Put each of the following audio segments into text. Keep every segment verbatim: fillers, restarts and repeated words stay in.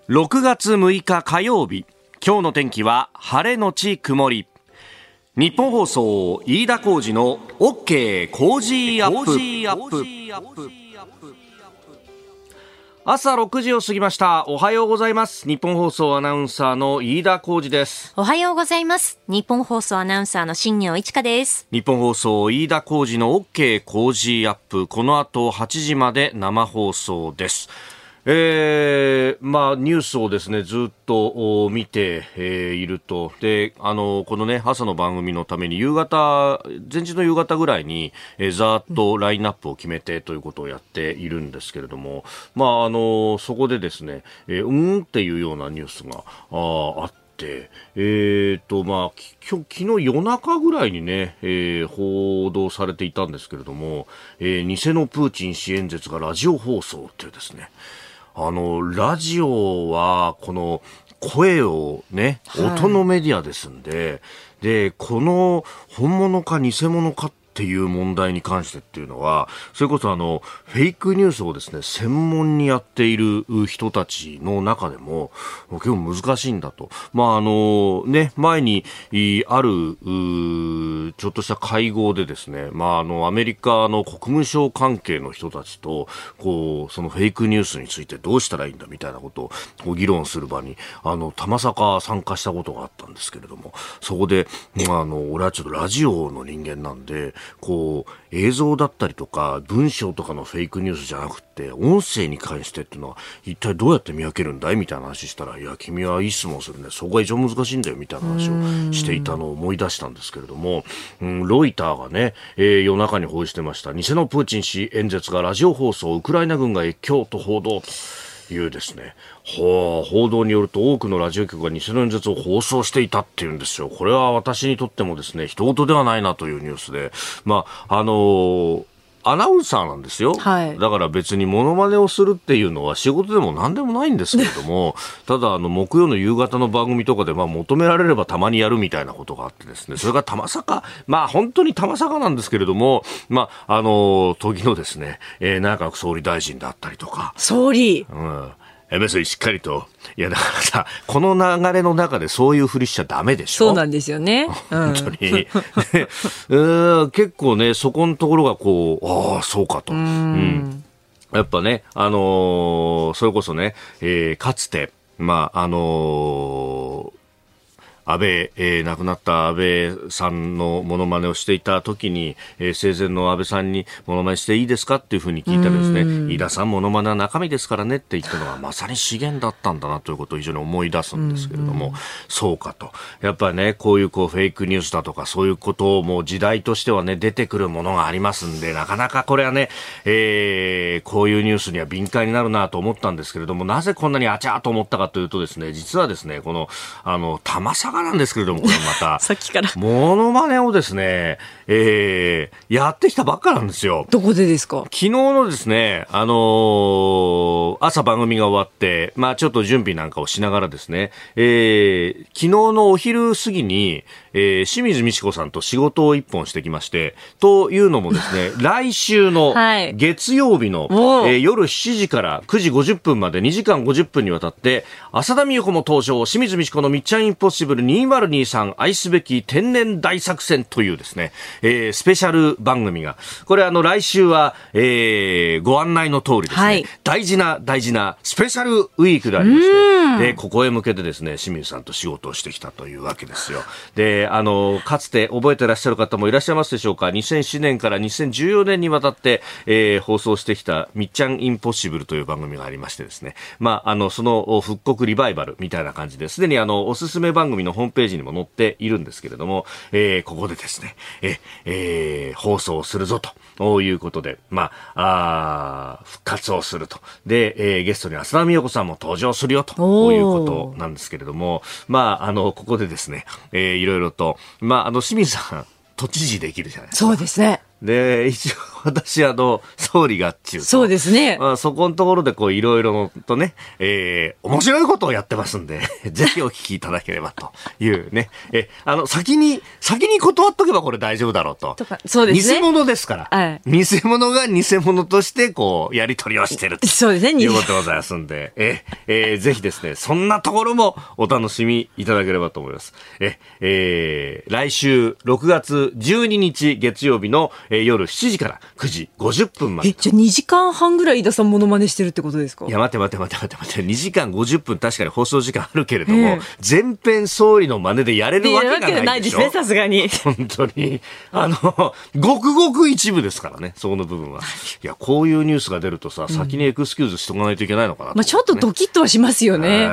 ろくがつむいか火曜日、今日の天気は晴れのち曇り。日本放送飯田浩司の OK 工事アップ。朝ろくじを過ぎました。おはようございます。日本放送アナウンサーの飯田浩司です。 おはようございます。日本放送アナウンサーの新業一華です。 日本放送飯田浩司の OK 工事アップ、この後はちじまで生放送です。えー、まあニュースをですねずっと見て、えー、いると、であのこのね朝の番組のために夕方前日の夕方ぐらいに、えー、ざーっとラインナップを決めてということをやっているんですけれども、まああのそこでですね、えー、うーんっていうようなニュースが あ, あってえーとまあ、き昨日夜中ぐらいにね、えー、報道されていたんですけれども、えー、偽のプーチン氏演説がラジオ放送っていうですね、あのラジオはこの声をね、音のメディアですんで、はい、でこの本物か偽物かっていう問題に関してっていうのは、それこそあのフェイクニュースをですね専門にやっている人たちの中でも結構難しいんだと。まああのね、前にあるちょっとした会合でですね、まああのアメリカの国務省関係の人たちとこうそのフェイクニュースについてどうしたらいいんだみたいなことをこう議論する場にあのたまさか参加したことがあったんですけれども、そこで、まあ、あの俺はちょっとラジオの人間なんで、こう映像だったりとか文章とかのフェイクニュースじゃなくて音声に関してっていうのは一体どうやって見分けるんだいみたいな話したら、いや君はいい質問するね、そこが一番難しいんだよみたいな話をしていたのを思い出したんですけれども、うん、ロイターがね、えー、夜中に報じてました。偽のプーチン氏演説がラジオ放送、ウクライナ軍が越境と報道というですね、はあ、報道によると多くのラジオ局が偽の演説を放送していたっていうんですよ。これは私にとってもですね人事ではないなというニュースで、まああのーアナウンサーなんですよ、はい、だから別にモノマネをするっていうのは仕事でも何でもないんですけれどもただあの木曜の夕方の番組とかでまあ求められればたまにやるみたいなことがあってですね、それがたまさか、まあ本当にたまさかなんですけれども、まああの時のですね、えー、内閣総理大臣だったりとか、総理、うんエムエス しっかりと、いやだからさ、この流れの中でそういうふりしちゃダメでしょ。 そうなんですよね、うん、 本当に、えー、結構ねそこのところがこう、ああそうかと、うん、うん、やっぱね、あのー、それこそね、えー、かつてまああのー安倍、えー、亡くなった安倍さんのモノマネをしていた時に、えー、生前の安倍さんにモノマネしていいですかっていうふうに聞いたらですね、飯田さんモノマネは中身ですからねって言ったのがまさに資源だったんだなということを非常に思い出すんですけれども、そうかと、やっぱりねこういうこうフェイクニュースだとかそういうことをもう時代としてはね出てくるものがありますんで、なかなかこれはね、えー、こういうニュースには敏感になるなと思ったんですけれども、なぜこんなにあちゃーと思ったかというとですね、実はですねこのあの玉坂なんですけれども、これまたさっきからモノマネをですね、えー、やってきたばっかなんですよ。 どこでですか？ 昨日のですね、あのー、朝番組が終わって、まあちょっと準備なんかをしながらですね、えー、昨日のお昼過ぎに、えー、清水美智子さんと仕事を一本してきまして、というのもですね、来週の月曜日の、はい、えー、夜しちじからくじごじゅっぷんまでにじかんごじゅっぷんにわたって、浅田美代子も登場、清水美智子のみっちゃんインポッシブルにせんにじゅうさん愛すべき天然大作戦というですね、えー、スペシャル番組が、これあの来週は、えー、ご案内の通りですね、はい、大事な大事なスペシャルウィークでありまして、でここへ向けてですね清水さんと仕事をしてきたというわけですよ。であのかつて覚えてらっしゃる方もいらっしゃいますでしょうか。にせんななねんからにせんじゅうよねんにわたって、えー、放送してきたみっちゃんインポッシブルという番組がありましてですね、まああのその復刻リバイバルみたいな感じですでにあのおすすめ番組のホームページにも載っているんですけれども、えー、ここでですね、ええー、放送するぞということで、まあ、あ復活をすると。で、えー、ゲストに浅田美代子さんも登場するよということなんですけれども、まあ、あの、ここでですね、えー、いろいろと、まあ、あの、清水さん、都知事できるじゃないですか。 そうですね。 で、一応私、あの、総理がっちゅうと。 そうですね。 まあ、そこのところで、こう、いろいろとね、えー、面白いことをやってますんで、ぜひお聞きいただければというね。え、あの、先に、先に断っとけばこれ大丈夫だろうと。 とか、そうですね。 偽物ですから。はい、偽物が偽物として、こう、やり取りをしてると。 そうですね。 いうことでございますんで、え、えー、ぜひですね、そんなところもお楽しみいただければと思います。え、えー、来週ろくがつじゅうににち月曜日の、えー、夜しちじからくじごじゅっぷんまで。 え、じゃあにじかんはんぐらい飯田さんモノマネしてるってことですか？ いや、待て待て待て待て待て。にじかんごじゅっぷん確かに放送時間あるけれども、えー、全編総理の真似でやれるわけがないでしょ。やるわけないですね、さすがに。本当に。あの、ごくごく一部ですからね、そこの部分は。いや、こういうニュースが出るとさ、先にエクスキューズしとかないといけないのかなと、ね。まあ、 ちょっとドキッとはしますよね。うん、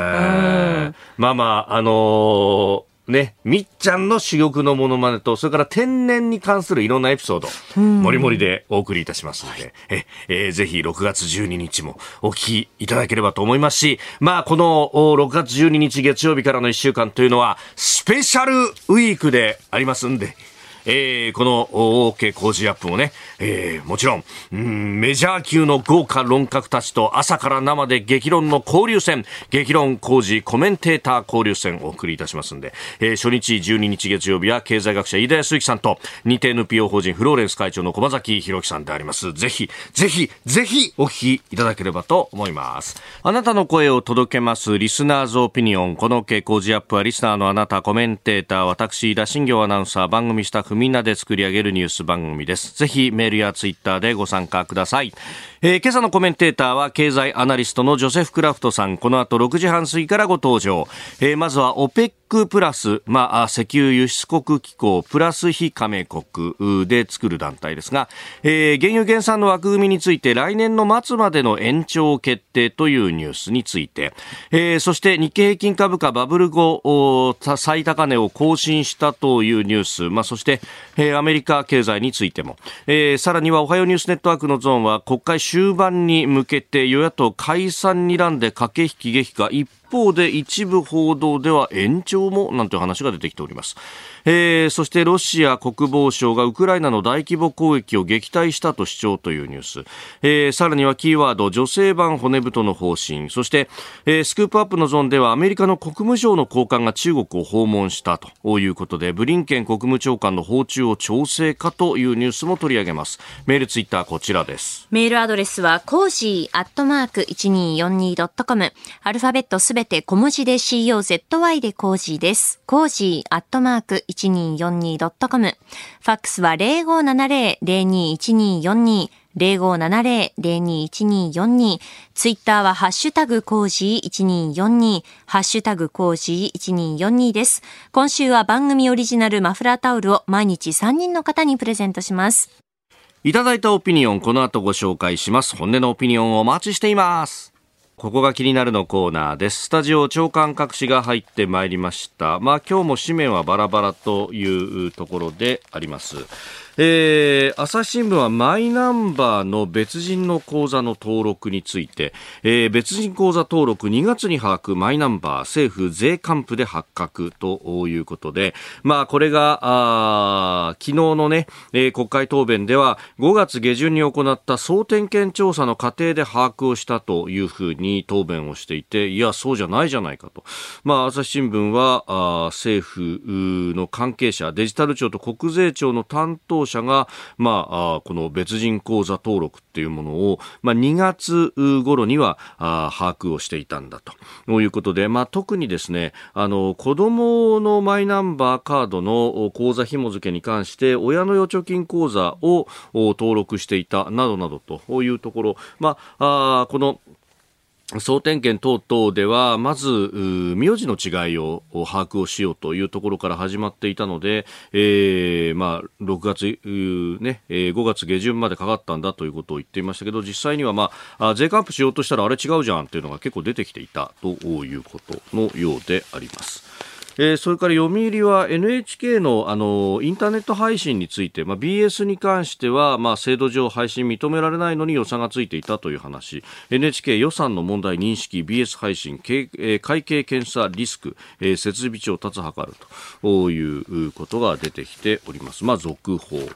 まあまあ、あのー、ね、みっちゃんの珠玉のモノマネと、それから天然に関するいろんなエピソード、もりもりでお送りいたしますので、ええー、ぜひろくがつじゅうににちもお聞きいただければと思いますし、まあこのろくがつじゅうににち月曜日からのいっしゅうかんというのはスペシャルウィークでありますんで、えー、この OK 工事アップもね、えー、もちろん、うん、メジャー級の豪華論客たちと朝から生で激論の交流戦、激論工事コメンテーター交流戦をお送りいたしますんで、えー、初日じゅうににち月曜日は経済学者飯田康之さんと認定 エヌピーオー 法人フローレンス会長の駒崎弘樹さんであります。ぜひぜひぜひお聞きいただければと思います。あなたの声を届けますリスナーズオピニオン。この OK 工事アップはリスナーのあなた、コメンテーター、私飯田新行アナウンサー、番組スタッフみんなで作り上げるニュース番組です。ぜひメールやツイッターでご参加ください。えー、今朝のコメンテーターは経済アナリストのジョセフ・クラフトさん。この後ろくじはん過ぎからご登場。えー、まずは オペック プラス、まあ、石油輸出国機構プラス非加盟国で作る団体ですが、えー、原油減産の枠組みについて来年の末までの延長決定というニュースについて、えー、そして日経平均株価バブル後最高値を更新したというニュース、まあ、そして、えー、アメリカ経済についても、えー、さらにはおはようニュースネットワークのゾーンは国会終盤に向けて与野党解散にらんで駆け引き激化、一方で一部報道では延長もなんていう話が出てきております。えー、そしてロシア国防省がウクライナの大規模攻撃を撃退したと主張というニュース、えー、さらにはキーワード女性版骨太の方針、そして、えー、スクープアップのゾーンではアメリカの国務省の高官が中国を訪問したということで、ブリンケン国務長官の訪中を調整かというニュースも取り上げます。メールツイッターこちらです。 メールアドレスはコージーアットマーク いちにーよんにードットコム、 アルファベットすべて小文字で コー でコージーです。コージーアットマーク いちにーよんにードットコム、 ファックスは ゼロごーななゼロ ゼロにーいちにーよんにー、ゼロごーななゼロ ゼロにーいちにーよんにー、ツイッターはハッシュタグコージーいちにーよんにー、ハッシュタグコージーいちにーよんにーです。今週は番組オリジナルマフラータオルを毎日さんにんの方にプレゼントします。 いただいたオピニオン、この後ご紹介します。本音のオピニオンをお待ちしています。ここが気になるのコーナーです。スタジオ長官各紙が入ってまいりました。まあ今日も紙面はバラバラというところであります。えー、朝日新聞はマイナンバーの別人の口座の登録について、えー、別人口座登録にがつに把握、マイナンバー政府税関部で発覚ということで、まあこれがあ昨日のね、えー、国会答弁ではごがつ下旬に行った総点検調査の過程で把握をしたというふうに答弁をしていて、いやそうじゃないじゃないかと。まあ朝日新聞はあ政府の関係者、デジタル庁と国税庁の担当者が、まあ、この別人口座登録っていうものを、まあ、にがつ頃にはあ把握をしていたんだということで、まあ、特にですね、あの子どものマイナンバーカードの口座紐付けに関して親の預貯金口座を登録していたなどなどというところ、まあ、あこの総点検等々ではまず名字の違いを把握をしようというところから始まっていたので、えーまあ、ろくがつ、ね、ごがつ下旬までかかったんだということを言っていましたけど、実際には、まあ、税還付しようとしたらあれ違うじゃんというのが結構出てきていたということのようであります。えー、それから読売は エヌエイチケー の, あのインターネット配信について、まあ、ビーエス に関しては、まあ、制度上配信認められないのに予算がついていたという話、 エヌエイチケー 予算の問題認識、 ビーエス 配信、えー、会計検査リスク、えー、設備庁立つ図るということが出てきております。まあ、続報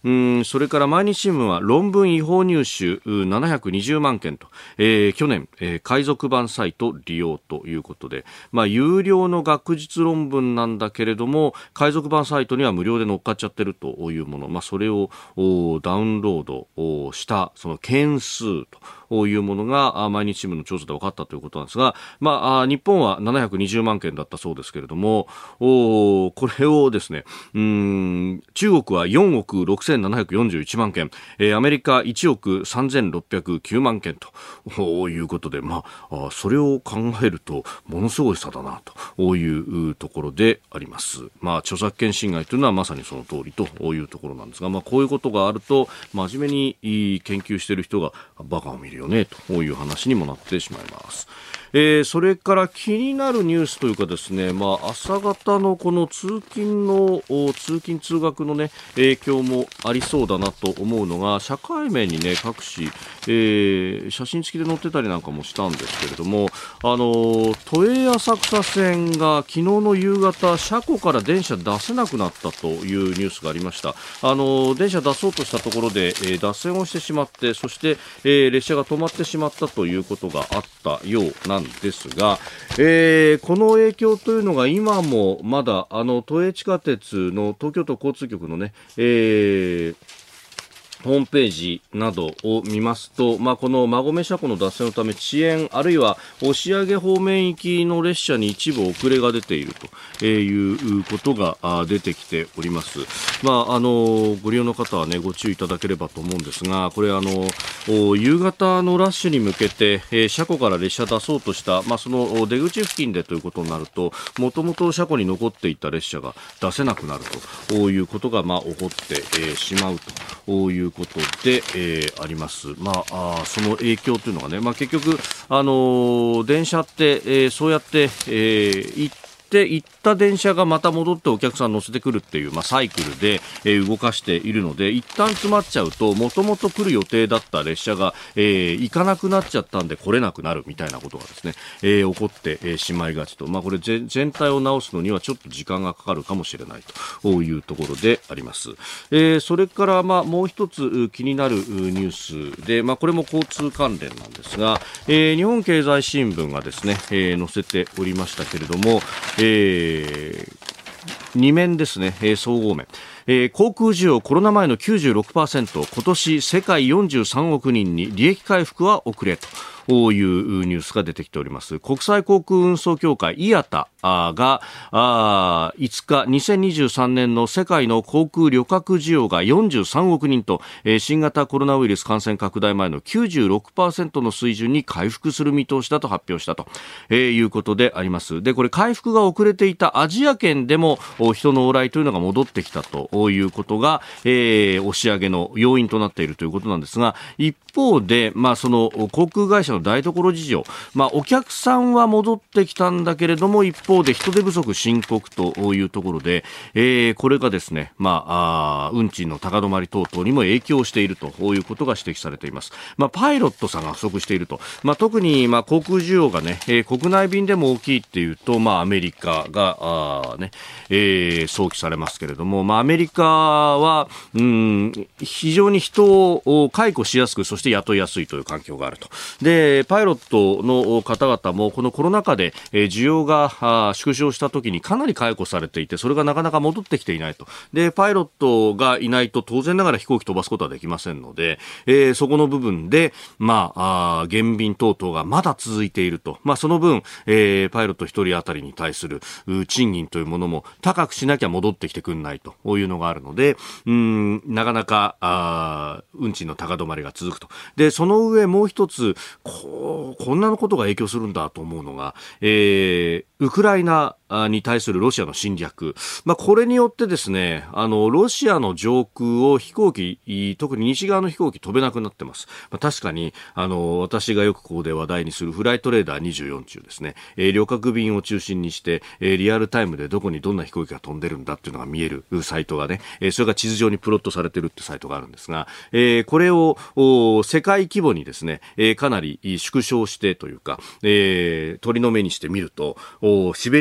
うん、それから毎日新聞は論文違法入手ななひゃくにじゅうまんけんと、えー、去年、えー、海賊版サイト利用ということで、まあ、有料の学術論文なんだけれども海賊版サイトには無料で乗っかっちゃってるというもの、まあ、それをダウンロードしたその件数というものが毎日新聞の調査で分かったということなんですが、まあ、日本はななひゃくにじゅうまんけんだったそうですけれども、これをですね、うーん、中国はよんおくろくせんななひゃくよんじゅういちまんけん、えー、アメリカいちおくさんぜんろっぴゃくきゅうまんけんということで、まあ、それを考えるとものすごい差だなというところであります。まあ、著作権侵害というのはまさにその通りというところなんですが、まあ、こういうことがあると真面目に研究している人がバカを見るよねという話にもなってしまいます。えー、それから気になるニュースというかですね、まあ、朝方のこの通勤の通勤通学の、ね、影響もありそうだなと思うのが社会面に、ね、各紙、えー、写真付きで載ってたりなんかもしたんですけれども、あの都営浅草線が昨日の夕方車庫から電車出せなくなったというニュースがありました。あの電車出そうとしたところで、えー、脱線をしてしまってそして、えー、列車が止まってしまったということがあったようなんですが、えー、この影響というのが今もまだあの都営地下鉄の東京都交通局のね、えーホームページなどを見ますと、まあ、この馬込車庫の脱線のため遅延あるいは押上方面行きの列車に一部遅れが出ているということが出てきております。まあ、あのご利用の方は、ね、ご注意いただければと思うんですが、これあの夕方のラッシュに向けて、えー、車庫から列車出そうとした、まあ、その出口付近でということになるともともと車庫に残っていた列車が出せなくなるということが、まあ、起こって、えー、しまうということで、えー、あります。まあ、あその影響というのがね、まあ、結局、あのー、電車って、えー、そうやって、えー、行って行った電車がまた戻ってお客さん乗せてくるっていう、まあ、サイクルで、えー、動かしているので一旦詰まっちゃうともともと来る予定だった列車が、えー、行かなくなっちゃったんで来れなくなるみたいなことがですね、えー、起こって、えー、しまいがちと、まあ、これ全体を直すのにはちょっと時間がかかるかもしれないというところであります。えー、それから、まあ、もう一つ気になるニュースで、まあ、これも交通関連なんですが、えー、日本経済新聞がですね、えー、載せておりましたけれども、えー、に面ですね、えー、総合面、えー、航空需要コロナ前の きゅうじゅうろくパーセント 今年世界よんじゅうさんおくにんに利益回復は遅れとこういうニュースが出てきております。国際航空運送協会イアタがあいつかにせんにじゅうさんねんの世界の航空旅客需要がよんじゅうさんおくにんと、えー、新型コロナウイルス感染拡大前の きゅうじゅうろくパーセント の水準に回復する見通しだと発表したと、えー、いうことであります。でこれ回復が遅れていたアジア圏でも人の往来というのが戻ってきたということが、えー、押し上げの要因となっているということなんですが、一方で、まあ、その航空会社の台所事情、まあ、お客さんは戻ってきたんだけれども一方で人手不足深刻というところで、えー、これがですね、まあ、あ運賃の高止まり等々にも影響しているということが指摘されています。まあ、パイロットさんが不足していると、まあ、特にまあ航空需要がね、えー、国内便でも大きいっていうと、まあ、アメリカがあ、ねえー、想起されますけれども、まあ、アメリカはうん非常に人を解雇しやすくそして雇いやすいという環境があると。でパイロットの方々もこのコロナ禍で需要が縮小した時にかなり解雇されていてそれがなかなか戻ってきていないと。でパイロットがいないと当然ながら飛行機飛ばすことはできませんので、えー、そこの部分で、まあ、あ減便等々がまだ続いていると、まあ、その分、えー、パイロット一人当たりに対する賃金というものも高くしなきゃ戻ってきてくんないというのがあるので、うんなかなかあ運賃の高止まりが続くと。でその上もう一つ こ, こんなことが影響するんだと思うのが、えー、ウクライナに対するロシアの侵略、まあ、これによってですねあのロシアの上空を飛行機特に西側の飛行機飛べなくなってます。まあ、確かにあの私がよくここで話題にするフライトレーダーにじゅうよんちゅうですね、えー、旅客便を中心にして、えー、リアルタイムでどこにどんな飛行機が飛んでるんだっていうのが見えるサイトがね、えー、それが地図上にプロットされてるってサイトがあるんですが、えー、これを世界規模にですね、えー、かなり縮小してというか、えー、鳥の目にしてみるとシベリアの上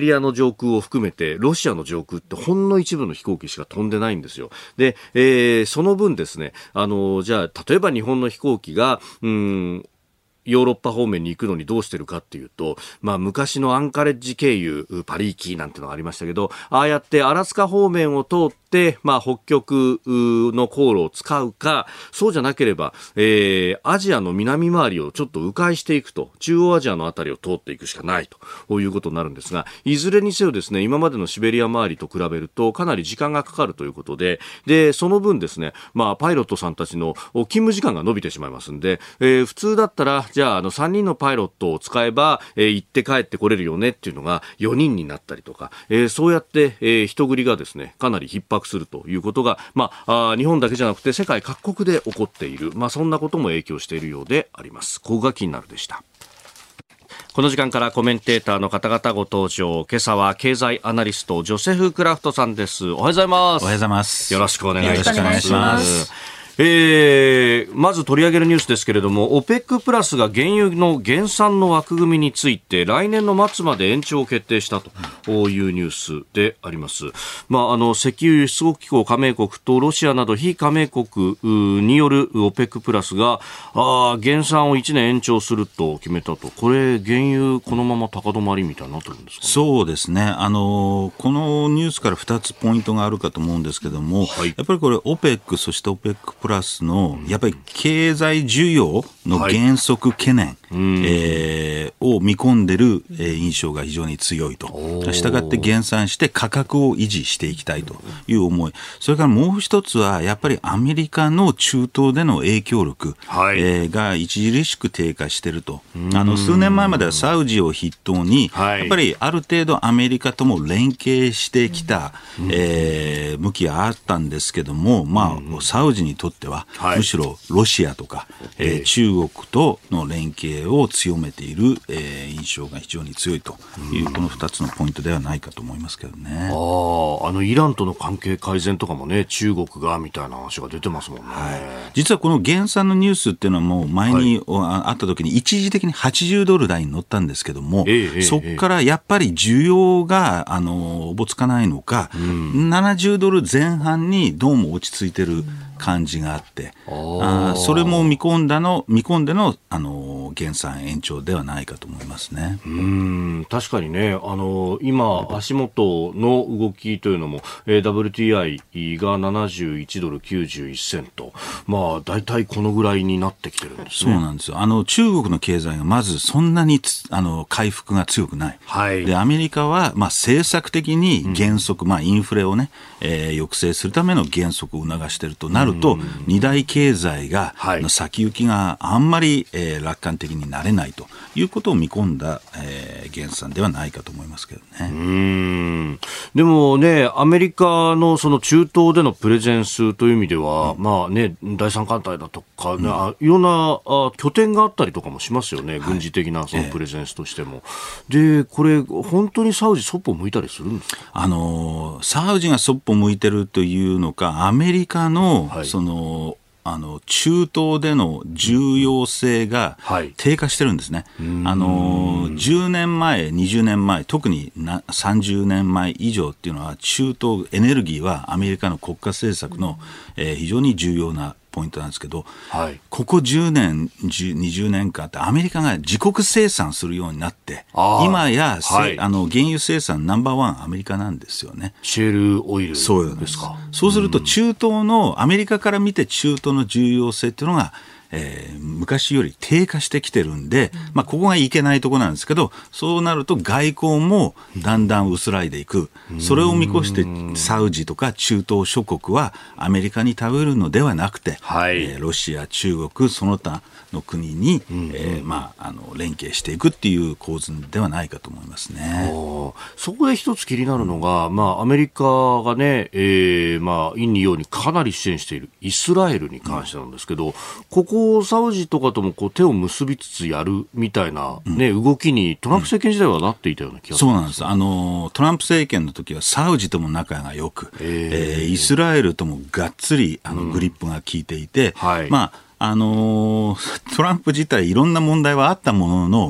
上空を含めてロシアの上空ってほんの一部の飛行機しか飛んでないんですよ。で、えー、その分ですね、あのじゃあ例えば日本の飛行機がうーんヨーロッパ方面に行くのにどうしてるかっていうと、まあ昔のアンカレッジ経由パリ行きなんてのがありましたけど、ああやってアラスカ方面を通って、まあ北極の航路を使うか、そうじゃなければ、えー、アジアの南回りをちょっと迂回していくと、中央アジアのあたりを通っていくしかないということになるんですが、いずれにせよですね、今までのシベリア回りと比べるとかなり時間がかかるということで、で、その分ですね、まあパイロットさんたちの勤務時間が伸びてしまいますんで、えー、普通だったら、じゃあ、あのさんにんのパイロットを使えば、えー、行って帰ってこれるよねっていうのがよにんになったりとか、えー、そうやって、えー、人繰りがですねかなり逼迫するということが、まあ、あ日本だけじゃなくて世界各国で起こっている、まあ、そんなことも影響しているようであります。ここが気になるでした。この時間からコメンテーターの方々ご登場。今朝は経済アナリストジョセフ・クラフトさんです。おはようございます。 おはようございます。 よろしくお願いします。 よろしくお願いします。 えー、まず取り上げるニュースですけれども、オペック プラスが原油の減産の枠組みについて来年の末まで延長を決定したというニュースであります。まあ、あの石油輸出国機構加盟国とロシアなど非加盟国による オペック プラスがあ減産をいちねん延長すると決めたと。これ原油このまま高止まりみたいになってるんですかね。 そうですね。あのこのニュースからふたつポイントがあるかと思うんですけども、はい、やっぱりこれ オペック そして オペックプラスのやっぱり経済需要の減速懸念、はいえー、を見込んでる印象が非常に強いと。したがって減産して価格を維持していきたいという思い。それからもう一つはやっぱりアメリカの中東での影響力、はいえー、が著しく低下していると。あの数年前まではサウジを筆頭に、はい、やっぱりある程度アメリカとも連携してきた、えー、向きはあったんですけども、まあ、サウジにとっては、はい、むしろロシアとか、えー、中国との連携を強めている、えー、印象が非常に強いというこのふたつのポイントではないかと思いますけどね。 ああのイランとの関係改善とかもね中国がみたいな話が出てますもんね、はい、 実はこの減産のニュースっていうのはもう前に、はい、あった時に一時的にはちじゅうドル台に乗ったんですけども、ええ、そこからやっぱり需要があのおぼつかないのか、うん、ななじゅうドル前半にどうも落ち着いてる感じがあって、あそれも見込んだの見込んでのあの減産延長ではないかと思いますね。 うーん確かにねあの今足元の動きというのも、えー、ダブリューティーアイ がななじゅういちドルきゅうじゅういっセント、まあだいたいこのぐらいになってきてるんですね。 そうなんですよ。あの中国の経済がまずそんなにあの回復が強くない、はい、でアメリカは、まあ、政策的に減速、うんまあ、インフレをね、えー、抑制するための減速を促しているとなると、うん、二大経済が、はい、の先行きがあんまり、えー、楽観的になれないということを見込んだ、えー、減産ではないかと思いますけどね。 うーんでもねアメリカのその中東でのプレゼンスという意味では、うん、まあね第三艦隊だとか、ねうん、いろんなあ拠点があったりとかもしますよね、はい、軍事的なそのプレゼンスとしても、えー、でこれ本当にサウジそっぽ向いたりするんですか。 あのサウジがそっぽ向いてるというのかアメリカの、はい、そのあの中東での重要性が低下してるんですね、はい、あのじゅうねんまえにじゅうねんまえ特になさんじゅうねんまえ以上っていうのは中東エネルギーはアメリカの国家政策の、えー、非常に重要なポイントなんですけど、はい、ここじゅうねんにじゅうねんかんってアメリカが自国生産するようになって今や、はい、あの原油生産ナンバーワンアメリカなんですよね。 シェールオイルですか。 そうですか。そうすると中東のアメリカから見て中東の重要性っていうのがえー、昔より低下してきてるんで、まあ、ここがいけないところなんですけどそうなると外交もだんだん薄らいでいく。それを見越してサウジとか中東諸国はアメリカに頼るのではなくて、はいえー、ロシア中国その他の国に、えーまあ、あの連携していくっていう構図ではないかと思いますね。 そこで一つ気になるのが、まあ、アメリカがね、えーまあ、陰に陽にかなり支援しているイスラエルに関してなんですけど、うん、ここサウジとかともこう手を結びつつやるみたいな、ねうん、動きにトランプ政権時代はなっていたような気がする、 うん、そうなんです。あのトランプ政権の時はサウジとも仲が良く、えーえー、イスラエルともがっつりあのグリップが効いていて、うんはいまああのー、トランプ自体いろんな問題はあったものの、うん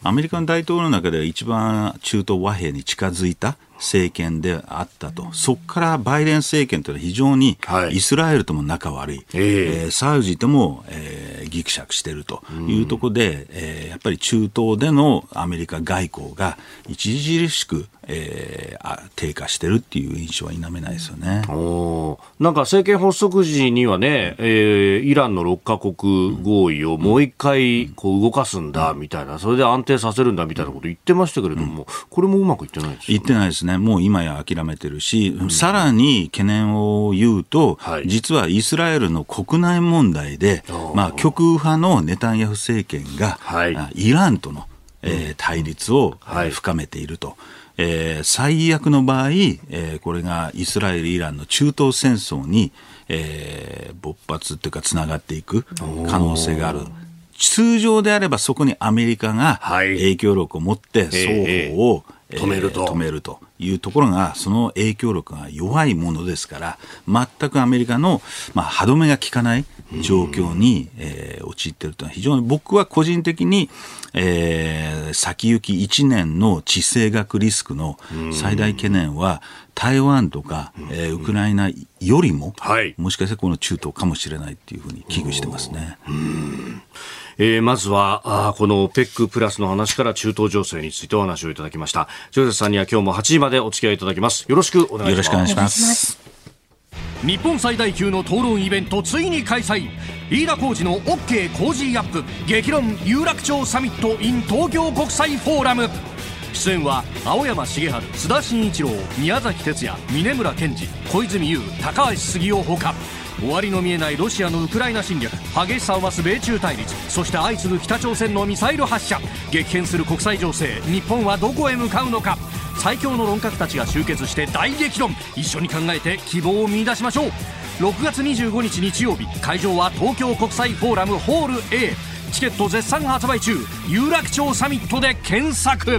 アメリカの大統領の中では一番中東和平に近づいた政権であったと。そこからバイデン政権というのは非常にイスラエルとも仲悪い、はいえー、サウジとも、えー、ギクシャクしているというところで、えー、やっぱり中東でのアメリカ外交が著しく、えー、低下しているっていう印象は否めないですよね。 おなんか政権発足時にはね、えー、イランのろっかこく合意をもう一回こう動かすんだみたいな、それで安定させるんだみたいなこと言ってましたけれども、うん、これもうまくいってないですよね。 言ってないですね。もう今や諦めてるし、うん、さらに懸念を言うと、はい、実はイスラエルの国内問題で、まあ、極右派のネタニヤフ政権が、はい、イランとの、えー、対立を、はい、深めていると。えー、最悪の場合、えー、これがイスラエル・イランの中東戦争に、えー、勃発というかつながっていく可能性がある。通常であればそこにアメリカが影響力を持って双方を、えー、止めると、止めるというところが、その影響力が弱いものですから、全くアメリカの、まあ、歯止めが効かない状況に、えー、陥っているというのは非常に僕は個人的に、えー、先行きいちねんの地政学リスクの最大懸念は台湾とか、えー、ウクライナよりも、はい、もしかしたらこの中東かもしれないというふうに危惧してますね。 うんえー、まずはあこの オペック プラスの話から中東情勢についてお話をいただきました。ジョセフさんには今日もはちじまでお付き合いいただきます。よろしくお願いします。 よろしくお願いします。 日本最大級の討論イベントついに開催。飯田浩司の OK コージーアップ激論有楽町サミット in 東京国際フォーラム。出演は青山茂春、津田慎一郎、宮崎哲也、峯村健二、小泉悠、高橋杉雄ほか。終わりの見えないロシアのウクライナ侵略、激しさを増す米中対立、そして相次ぐ北朝鮮のミサイル発射。激変する国際情勢、日本はどこへ向かうのか。最強の論客たちが集結して大激論。一緒に考えて希望を見出しましょう。ろくがつにじゅうごにち日曜日、会場は東京国際フォーラムホール A。 チケット絶賛発売中。有楽町サミットで検索。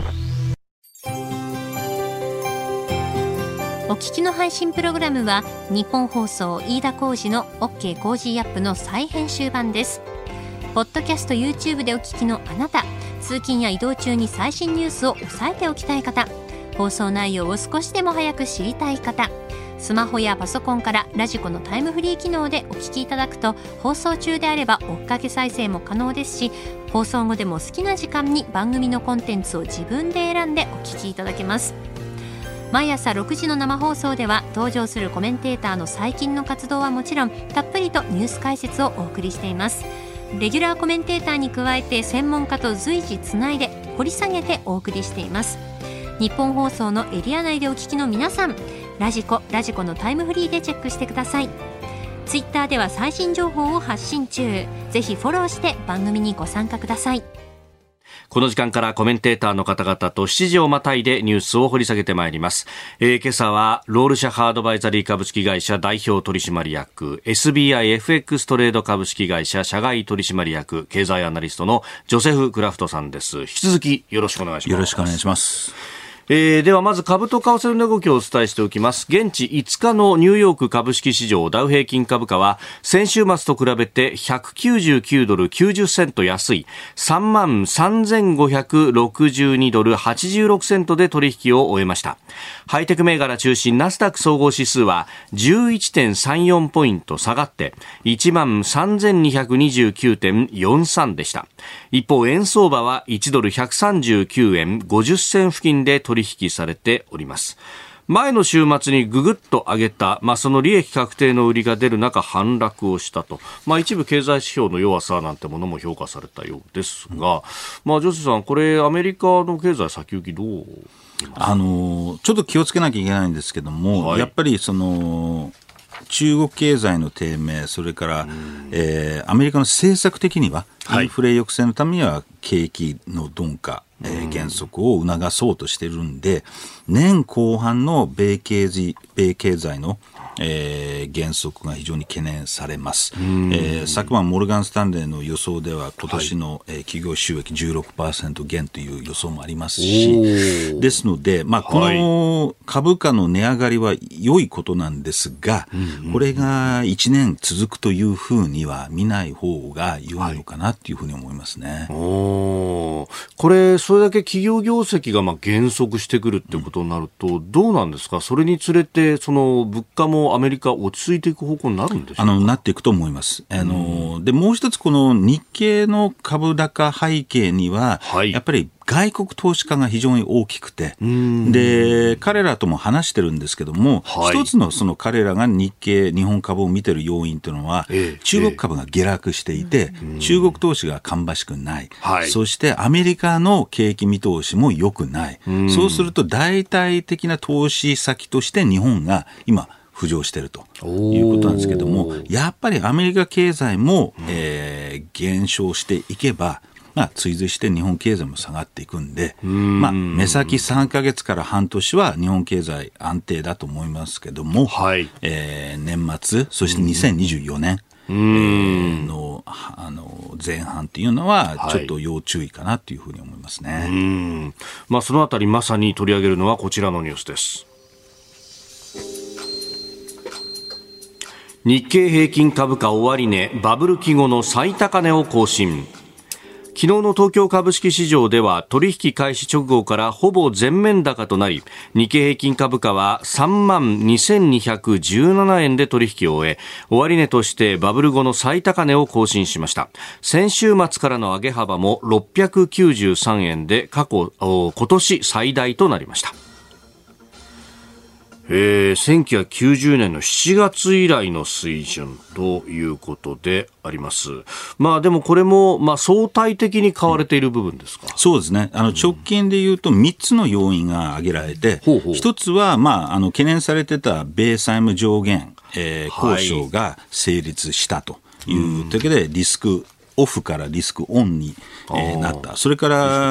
お聞きの配信プログラムは日本放送飯田浩司の OK コージーアップの再編集版です。ポッドキャスト YouTube でお聞きのあなた、通勤や移動中に最新ニュースを押さえておきたい方、放送内容を少しでも早く知りたい方、スマホやパソコンからラジコのタイムフリー機能でお聞きいただくと、放送中であれば追っかけ再生も可能ですし、放送後でも好きな時間に番組のコンテンツを自分で選んでお聞きいただけます。毎朝ろくじの生放送では登場するコメンテーターの最近の活動はもちろん、たっぷりとニュース解説をお送りしています。レギュラーコメンテーターに加えて専門家と随時つないで掘り下げてお送りしています。日本放送のエリア内でお聞きの皆さん、ラジコ、ラジコのタイムフリーでチェックしてください。ツイッターでは最新情報を発信中。ぜひフォローして番組にご参加ください。 この時間からコメンテーターの方々としちじをまたいでニュースを掘り下げてまいります。えー、今朝はロールシャハードバイザリー株式会社代表取締役、 エスビーアイエフエックス トレード株式会社社外取締役、経済アナリストのジョセフ・クラフトさんです。引き続きよろしくお願いします。 よろしくお願いします。 えー、ではまず株と為替の値動きをお伝えしておきます。現地いつかのニューヨーク株式市場ダウ平均株価は先週末と比べてひゃくきゅうじゅうきゅうドルきゅうじゅっセント安い さんまんさんぜんごひゃくろくじゅうにドルはちじゅうろくセントで取引を終えました。ハイテク銘柄中心ナスダック総合指数は じゅういってんさんよん ポイント下がって いちまんさんぜんにひゃくにじゅうきゅうてんよんさん でした。一方円相場はいちドルひゃくさんじゅうきゅうえんごじゅっせん付近で取引されております。前の週末にぐぐっと上げた、まあ、その利益確定の売りが出る中反落をしたと、まあ、一部経済指標の弱さなんてものも評価されたようですが、まあ、ジョセさん、これアメリカの経済先行きどう？ あのちょっと気をつけなきゃいけないんですけども、はい、やっぱりその中国経済の低迷、それから、えー、アメリカの政策的にはインフレ抑制のためには景気の鈍化、えー、減速を促そうとしているんで、年後半の米経済、米経済の、 えー、減速が非常に懸念されます。えー、昨晩モルガンスタンレーの予想では今年の、はいえー、企業収益 じゅうろくパーセント 減という予想もありますし、ですので、まあ、この株価の値上がりは良いことなんですが、はい、これがいちねん続くというふうには見ない方が良いのかなというふうに思いますね。 はい、おこれそれだけ企業業績がまあ減速してくるってことになると、うん、どうなんですか。それにつれてその物価もアメリカ落ち着いていく方向になるんでしょうか。 あのなっていくと思います。あの、うん、でもう一つこの日経の株高背景には、はい、やっぱり外国投資家が非常に大きくて、で彼らとも話してるんですけども、はい、一つのその彼らが日経日本株を見てる要因というのは、えー、中国株が下落していて、えー、中国投資が芳しくない、はい、そしてアメリカの景気見通しも良くない、そうすると大体的な投資先として日本が今浮上しているということなんですけども、やっぱりアメリカ経済も、えー、減少していけば、まあ、追随して日本経済も下がっていくんで、まあ、目先さんかげつから半年は日本経済安定だと思いますけども、はいえー、年末そしてにせんにじゅうよねんえー、の, あの前半というのはちょっと要注意かなというふうに思いますね。はい、 うんまあ、そのあたりまさに取り上げるのはこちらのニュースです。日経平均株価終値バブル期後の最高値を更新。昨日の東京株式市場では取引開始直後からほぼ全面高となり、日経平均株価は さんまんにせんにひゃくじゅうななえんで取引を終え、終値としてバブル後の最高値を更新しました。先週末からの上げ幅もろっぴゃくきゅうじゅうさんえんで過去今年最大となりました。えー、せんきゅうひゃくきゅうじゅうねんのしちがつ以来の水準ということであります。まあでもこれもまあ相対的に買われている部分ですか。 うん、そうですね。あの直近でいうとみっつの要因が挙げられて、うん、ひとつはまああの懸念されてた米債務上限、えー、交渉が成立したというだけでリスクオフからリスクオンに、えー、なった。それから、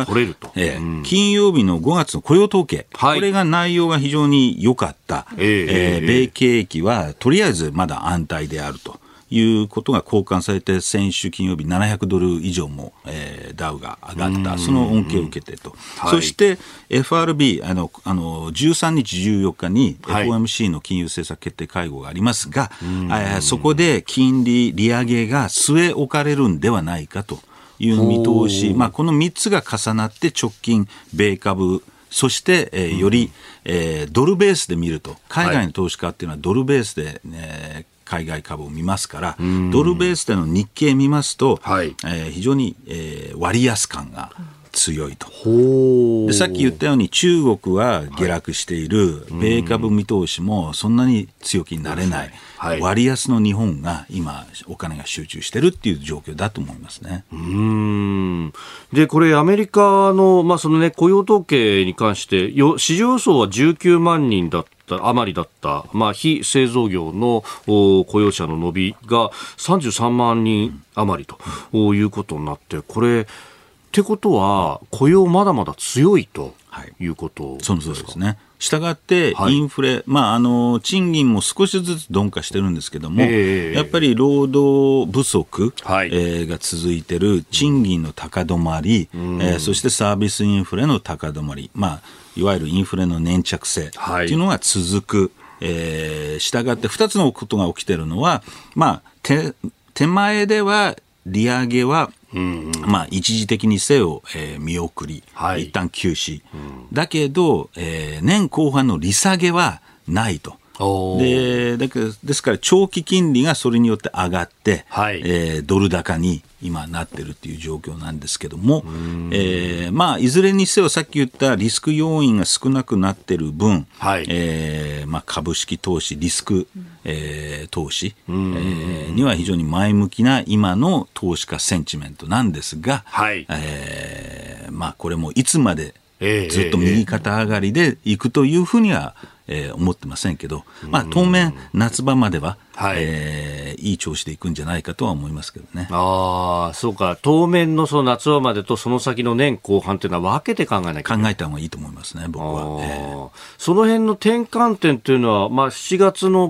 取れると、 えーうん、金曜日のごがつの雇用統計、はい、これが内容が非常に良かった、えーえー、米景気はとりあえずまだ安泰であるということが交換されて、先週金曜日ななひゃくドル以上も、えー、ダウが上がった、その恩恵を受けてと、はい、そして エフアールビー あのあのじゅうさんにちじゅうよっかに エフオーエムシー の金融政策決定会合がありますが、はい、そこで金利利上げが据え置かれるんではないかという見通し、まあ、このみっつが重なって直近米株そして、えー、より、えー、ドルベースで見ると、海外の投資家っていうのはドルベースで、ね、海外株を見ますから、ドルベースでの日経見ますと、はいえー、非常に、えー、割安感が強いと。でさっき言ったように中国は下落している、はい、米株見通しもそんなに強気になれない、はい、割安の日本が今お金が集中しているっていう状況だと思いますね。 うーんでこれアメリカの、まあそのね、雇用統計に関してよ市場予想はじゅうきゅうまんにんだった余りだった、まあ、非製造業の雇用者の伸びがさんじゅうさんまんにん余りということになって、これってことは雇用まだまだ強いということですか。 はい、そうですね。したがってインフレ、はいまあ、あの賃金も少しずつ鈍化してるんですけども、えー、やっぱり労働不足、はいえー、が続いてる、賃金の高止まり、うんえー、そしてサービスインフレの高止まり、まあ、いわゆるインフレの粘着性というのが続く、はいえー、したがってふたつのことが起きているのは、まあ、手, 手前では利上げはうんうんまあ、一時的にせよ、えー、見送り、はい、一旦休止、うん、だけど、えー、年後半の利下げはないと。で、だからですから長期金利がそれによって上がって、はいえー、ドル高に今なってるっていう状況なんですけども、えーまあ、いずれにせよさっき言ったリスク要因が少なくなってる分、はいえーまあ、株式投資リスク、えー、投資、えー、には非常に前向きな今の投資家センチメントなんですが、はいえーまあ、これもいつまでずっと右肩上がりでいくというふうにはえー、思ってませんけど、まあ、当面夏場までは、はいえー、いい調子でいくんじゃないかとは思いますけどね。 ああ、そうか。当面のその夏場までとその先の年後半というのは分けて考えなきゃいけない。 考えた方がいいと思いますね、僕は。 あ、えー、その辺の転換点というのは、まあ、しちがつの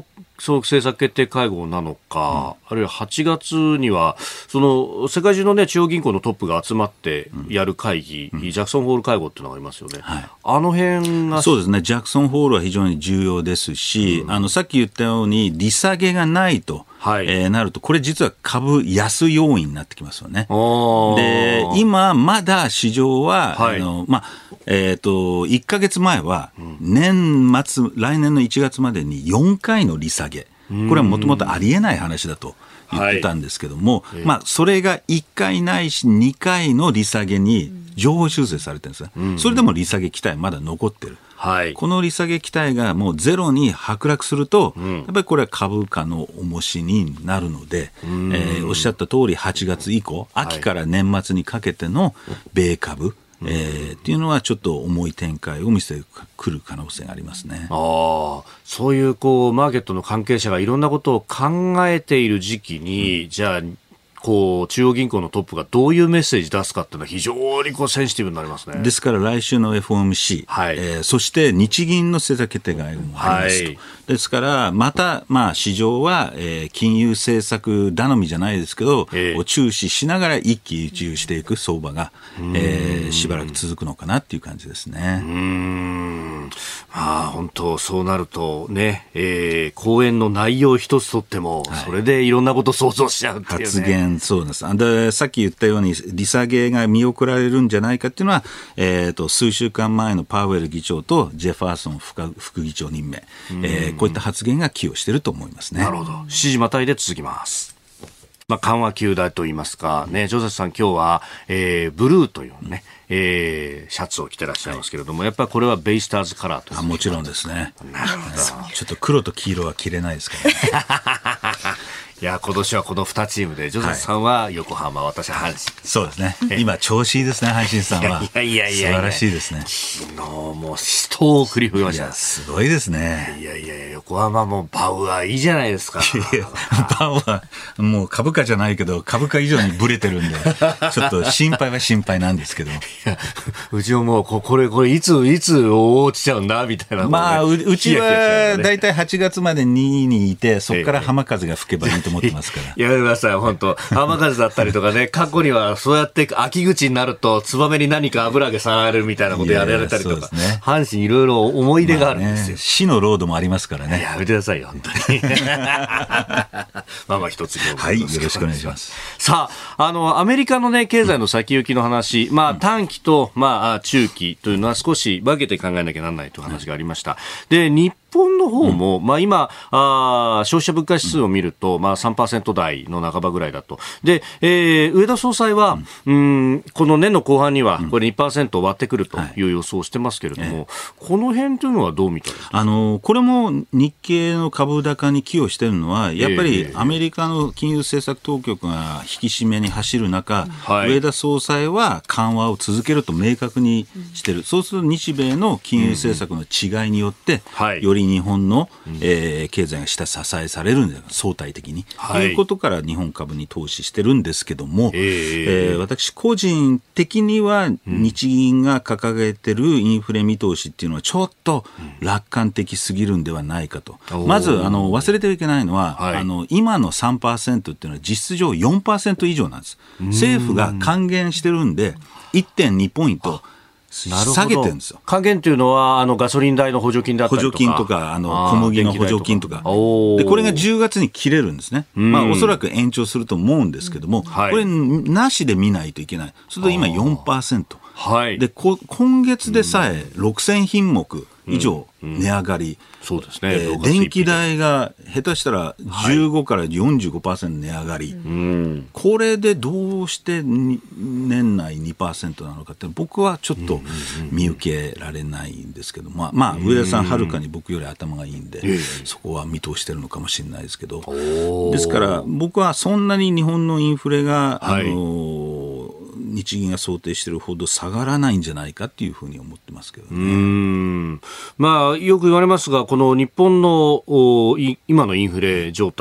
その政策決定会合なのか、うん、あるいははちがつにはその世界中の、ね、中央銀行のトップが集まってやる会議、うん、ジャクソンホール会合っていうのがありますよね、はい、あの辺がそうですね、ジャクソンホールは非常に重要ですし、うん、あのさっき言ったように利下げがないと、はいえー、なるとこれ実は株安要因になってきますよね。で今まだ市場は、はい、あのまあえー、といっかげつまえは年末、うん、来年のいちがつまでによんかいの利下げ、これはもともとありえない話だと言ってたんですけども、はいまあ、それがいっかいないしにかいの利下げに上方修正されてるんですね、うん、それでも利下げ期待まだ残ってる、はい、この利下げ期待がもうゼロに剥落すると、うん、やっぱりこれは株価の重しになるので、うんえー、おっしゃった通りはちがつ以降秋から年末にかけての米株、えー、っていうのはちょっと重い展開を見せてくる可能性がありますね。 あそういうこうマーケットの関係者がいろんなことを考えている時期に、うん、じゃあこう中央銀行のトップがどういうメッセージ出すかっていうのは非常にこうセンシティブになりますね。 ですから来週の エフオーエムシー、はいえー、そして日銀の政策決定会合もありますと、はい、ですからまた、まあ、市場は、えー、金融政策頼みじゃないですけど、えー、注視しながら一喜一憂していく相場が、えー、しばらく続くのかなっていう感じですね。 うーんまあ、本当そうなるとね、えー、講演の内容一つとっても、はい、それでいろんなことを想像しちゃうっていうね。 発言そうです。でさっき言ったように利下げが見送られるんじゃないかっていうのは、えー、と数週間前のパウエル議長とジェファーソン 副, 副議長任命、えー、こういった発言が寄与していると思いますね。 なるほど。しちじまたいで続きます。まあ、緩和球大といいますか、ね、ジョゼフさん今日は、えー、ブルーというね、えー、シャツを着てらっしゃいますけれども、はい、やっぱりこれはベイスターズカラーという。 あもちろんですね。 なるほど。 ちょっと黒と黄色は着れないですからね。 いや今年はこのにチームでジョゼフさんは横浜、はい、私は阪神。 そうですね。今調子いいですね阪神さんは。いやいやいやいや素晴らしいですね。 昨日も死闘を繰り広げました。いやすごいですね。 いやいや横浜もバウアーいいじゃないですか。 いやバウアーもう株価じゃないけど株価以上にブレてるんでちょっと心配は心配なんですけど。いやうちももうこれこれいついつ落ちちゃうんだみたいな、ね。 まあ う, うちはだいたいはちがつまでにいにいてそこから浜風が吹けばいいと思ってますから。 やめてください本当浜風だったりとかね過去にはそうやって秋口になるとツバメに何か油揚げ触れるみたいなことやられたりとか、ね、阪神いろいろ思い出があるんですよ、まあね、 死のロードもありますからね。 やめてくださいよ本当にまあまあ一つはいよろしくお願いします。 さああのアメリカのね経済の先行きの話、うん、まあ短期とまあ中期というのは少し分けて考えなきゃならないという話がありました、うん、で日本の方も、うんまあ、今あ消費者物価指数を見ると、まあ、さんパーセント台の半ばぐらいだと。で、えー、上田総裁は、うん、うんこの年の後半にはこれ にパーセント 割ってくるという予想をしてますけれども、はいえー、この辺というのはどう見たらいいですか。 あのこれも日経の株高に寄与しているのはやっぱりアメリカの金融政策当局が引き締めに走る中、はい、上田総裁は緩和を続けると明確にしている。そうすると日米の金融政策の違いによって、うんはい、より日本の、えー、経済が下支えされるんだよ相対的に、はい、ということから日本株に投資してるんですけども、えーえー、私個人的には日銀が掲げてるインフレ見通しっていうのはちょっと楽観的すぎるんではないかと、うん、まずあの忘れてはいけないのは、はい、あの今の さんパーセント っていうのは実質上 よんパーセント 以上なんです。政府が還元してるんで いってんに ポイント下げてるんですよ。 還元というのはあのガソリン代の補助金だったりとか補助金とかあの小麦の補助金とかでこれがじゅうがつに切れるんですね、まあ、おそらく延長すると思うんですけども、はい、これなしで見ないといけない。それと今 よんパーセント、はい、でこ今月でさえろくせんひんもく以上値上がり、うんうんそうですね、 えー、電気代が下手したらじゅうごから よんじゅうごパーセント 値上がり、はい、これでどうして年内 にパーセント なのかって僕はちょっと見受けられないんですけど、まあ、まあ上田さんはるかに僕より頭がいいんでそこは見通してるのかもしれないですけど、ですから僕はそんなに日本のインフレが、はい、あの日銀が想定しているほど下がらないんじゃないかっていうふうに思ってますけどね。 うーん、まあ、よく言われますがこの日本の今のインフレ状態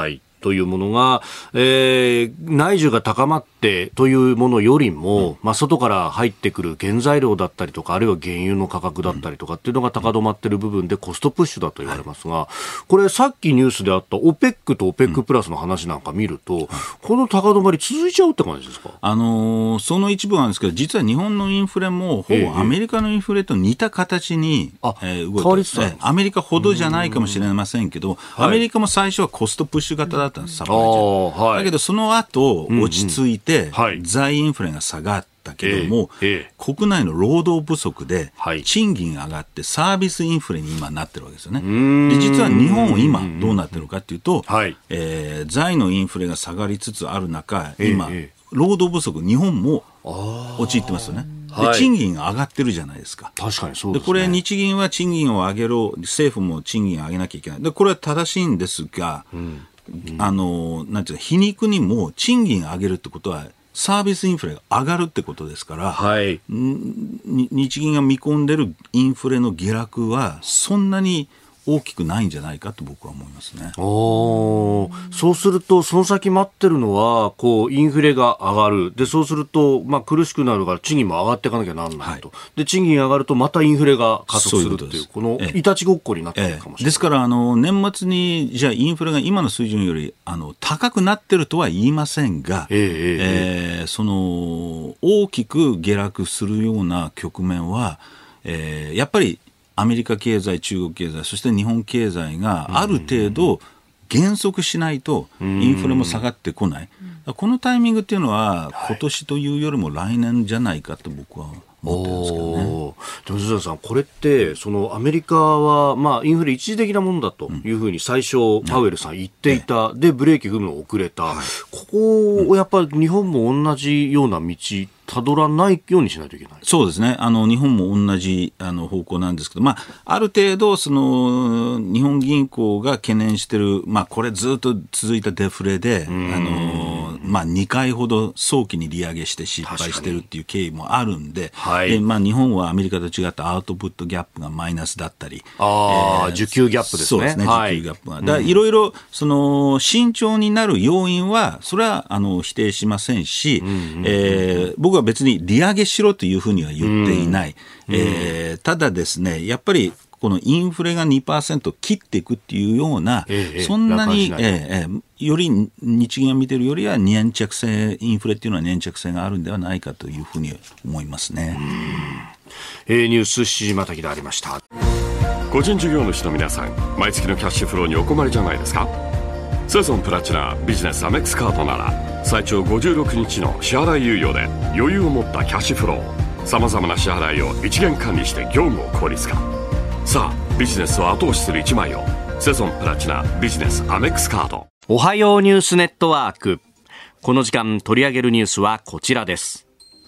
というものが、えー、内需が高まってというものよりも、うんまあ、外から入ってくる原材料だったりとかあるいは原油の価格だったりとかっていうのが高止まっている部分でコストプッシュだと言われますが、これさっきニュースであった オペック と オペック プラスの話なんか見ると、うん、この高止まり続いちゃうって感じですか？ あのー、その一部なんですけど、実は日本のインフレもほぼアメリカのインフレと似た形に、えー、動いて、変わりつつある。アメリカほどじゃないかもしれませんけど、アメリカも最初はコストプッシュ型だったんです、サプライチェーン、はい、だけどその後落ち着いて、うんうんはい、在インフレが下がったけども、えーえー、国内の労働不足で賃金が上がってサービスインフレに今なってるわけですよね。で実は日本今どうなってるかというと、はいえー、在のインフレが下がりつつある中、今、えー、労働不足日本も陥ってますよね。で賃金が上がってるじゃないですか。 確かにそうですね。 でこれ日銀は賃金を上げろ、政府も賃金を上げなきゃいけない。でこれは正しいんですが、うんうん、あのなんていうか皮肉にも賃金を上げるってことはサービスインフレが上がるってことですから、はい、日銀が見込んでるインフレの下落はそんなに大きくないんじゃないかと僕は思いますね。 おそうするとその先待ってるのはこうインフレが上がる。でそうすると、まあ、苦しくなるから賃金も上がっていかなきゃならないと、はい、で賃金上がるとまたインフレが加速するっていう、そういうこのいたちごっこになってるかもしれない、ええ、 ですからあの年末にじゃあインフレが今の水準よりあの高くなってるとは言いませんが、えええー、その大きく下落するような局面は、えー、やっぱりアメリカ経済、中国経済、そして日本経済がある程度減速しないとインフレも下がってこない。このタイミングっていうのは今年というよりも来年じゃないかと僕は思ってるんですけどね。 でも鈴木さん、これってそのアメリカは、まあ、インフレ一時的なものだというふうに最初パウエルさん言っていた、うん、でブレーキ踏むの遅れた、はい、ここをやっぱり日本も同じような道たどらないようにしないといけない。 そうですね。あの日本も同じあの方向なんですけど、まあ、ある程度その日本銀行が懸念している、まあ、これずっと続いたデフレで、あの、まあ、にかいほど早期に利上げして失敗しているっていう経緯もあるんで、はい、まあ、日本はアメリカと違ったアウトプットギャップがマイナスだったり、 あ、えー、需給ギャップですね。 そうですね、はい、需給ギャップが。だからいろいろその慎重になる要因はそれはあの否定しませんし、うんうんうん、えー、僕は別に利上げしろというふうには言っていない、うんえー、ただですね、やっぱりこのインフレが にパーセント 切っていくっていうような、ええ、そんなに、ええ、より日銀が見てるよりは粘着性、インフレっていうのは粘着性があるんではないかというふうに思いますね。うん、 えー、ニュースしじまたぎでありました。 個人事業主の皆さん、毎月のキャッシュフローにお困りじゃないですか。セゾンプラチナビジネスアメックスカードなら最長ごじゅうろくにちの支払い猶予で余裕を持ったキャッシュフロー、さまざまな支払いを一元管理して業務を効率化。さあビジネスを後押しする一枚を、セゾンプラチナビジネスアメックスカード。 おはようニュースネットワーク。この時間取り上げるニュースはこちらです。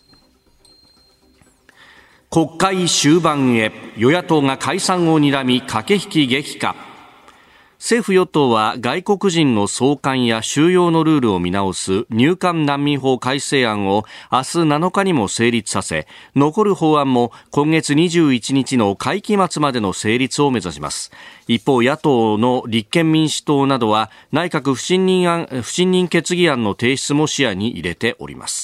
国会終盤へ、与野党が解散を睨み駆け引き激化。政府与党は外国人の送還や収容のルールを見直す入管難民法改正案を明日なのかにも成立させ、残る法案も今月にじゅういちにちの会期末までの成立を目指します。一方、野党の立憲民主党などは内閣不信任案、不信任決議案の提出も視野に入れております。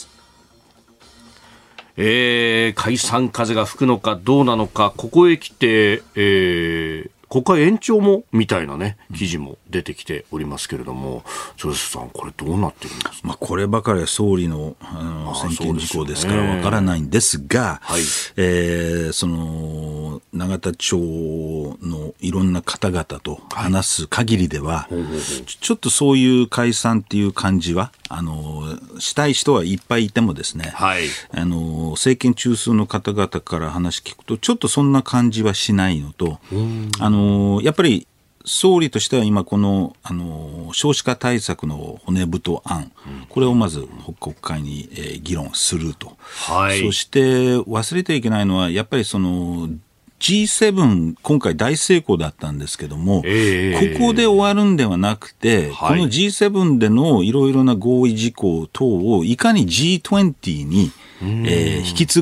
えー、解散風が吹くのかどうなのか、ここへ来て、えー国会延長もみたいなね記事も出てきておりますけれども、鈴木さん、これどうなっているんですか。 まあ、こればかりは総理の、あの専権事項ですからわからないんですが、はい、えー、その永田町のいろんな方々と話す限りでは、はい、ちょっとそういう解散っていう感じはあのしたい人はいっぱいいてもですね、はい、あの政権中枢の方々から話聞くとちょっとそんな感じはしないのと、あのやっぱり総理としては今この、あの少子化対策の骨太案、うん、これをまず国会に、えー、議論すると、はい、そして忘れてはいけないのはやっぱりその ジーセブン 今回大成功だったんですけども、えー、ここで終わるんではなくて、はい、この ジーセブン でのいろいろな合意事項等をいかに ジートゥエンティー に、えー、引き継ぐか、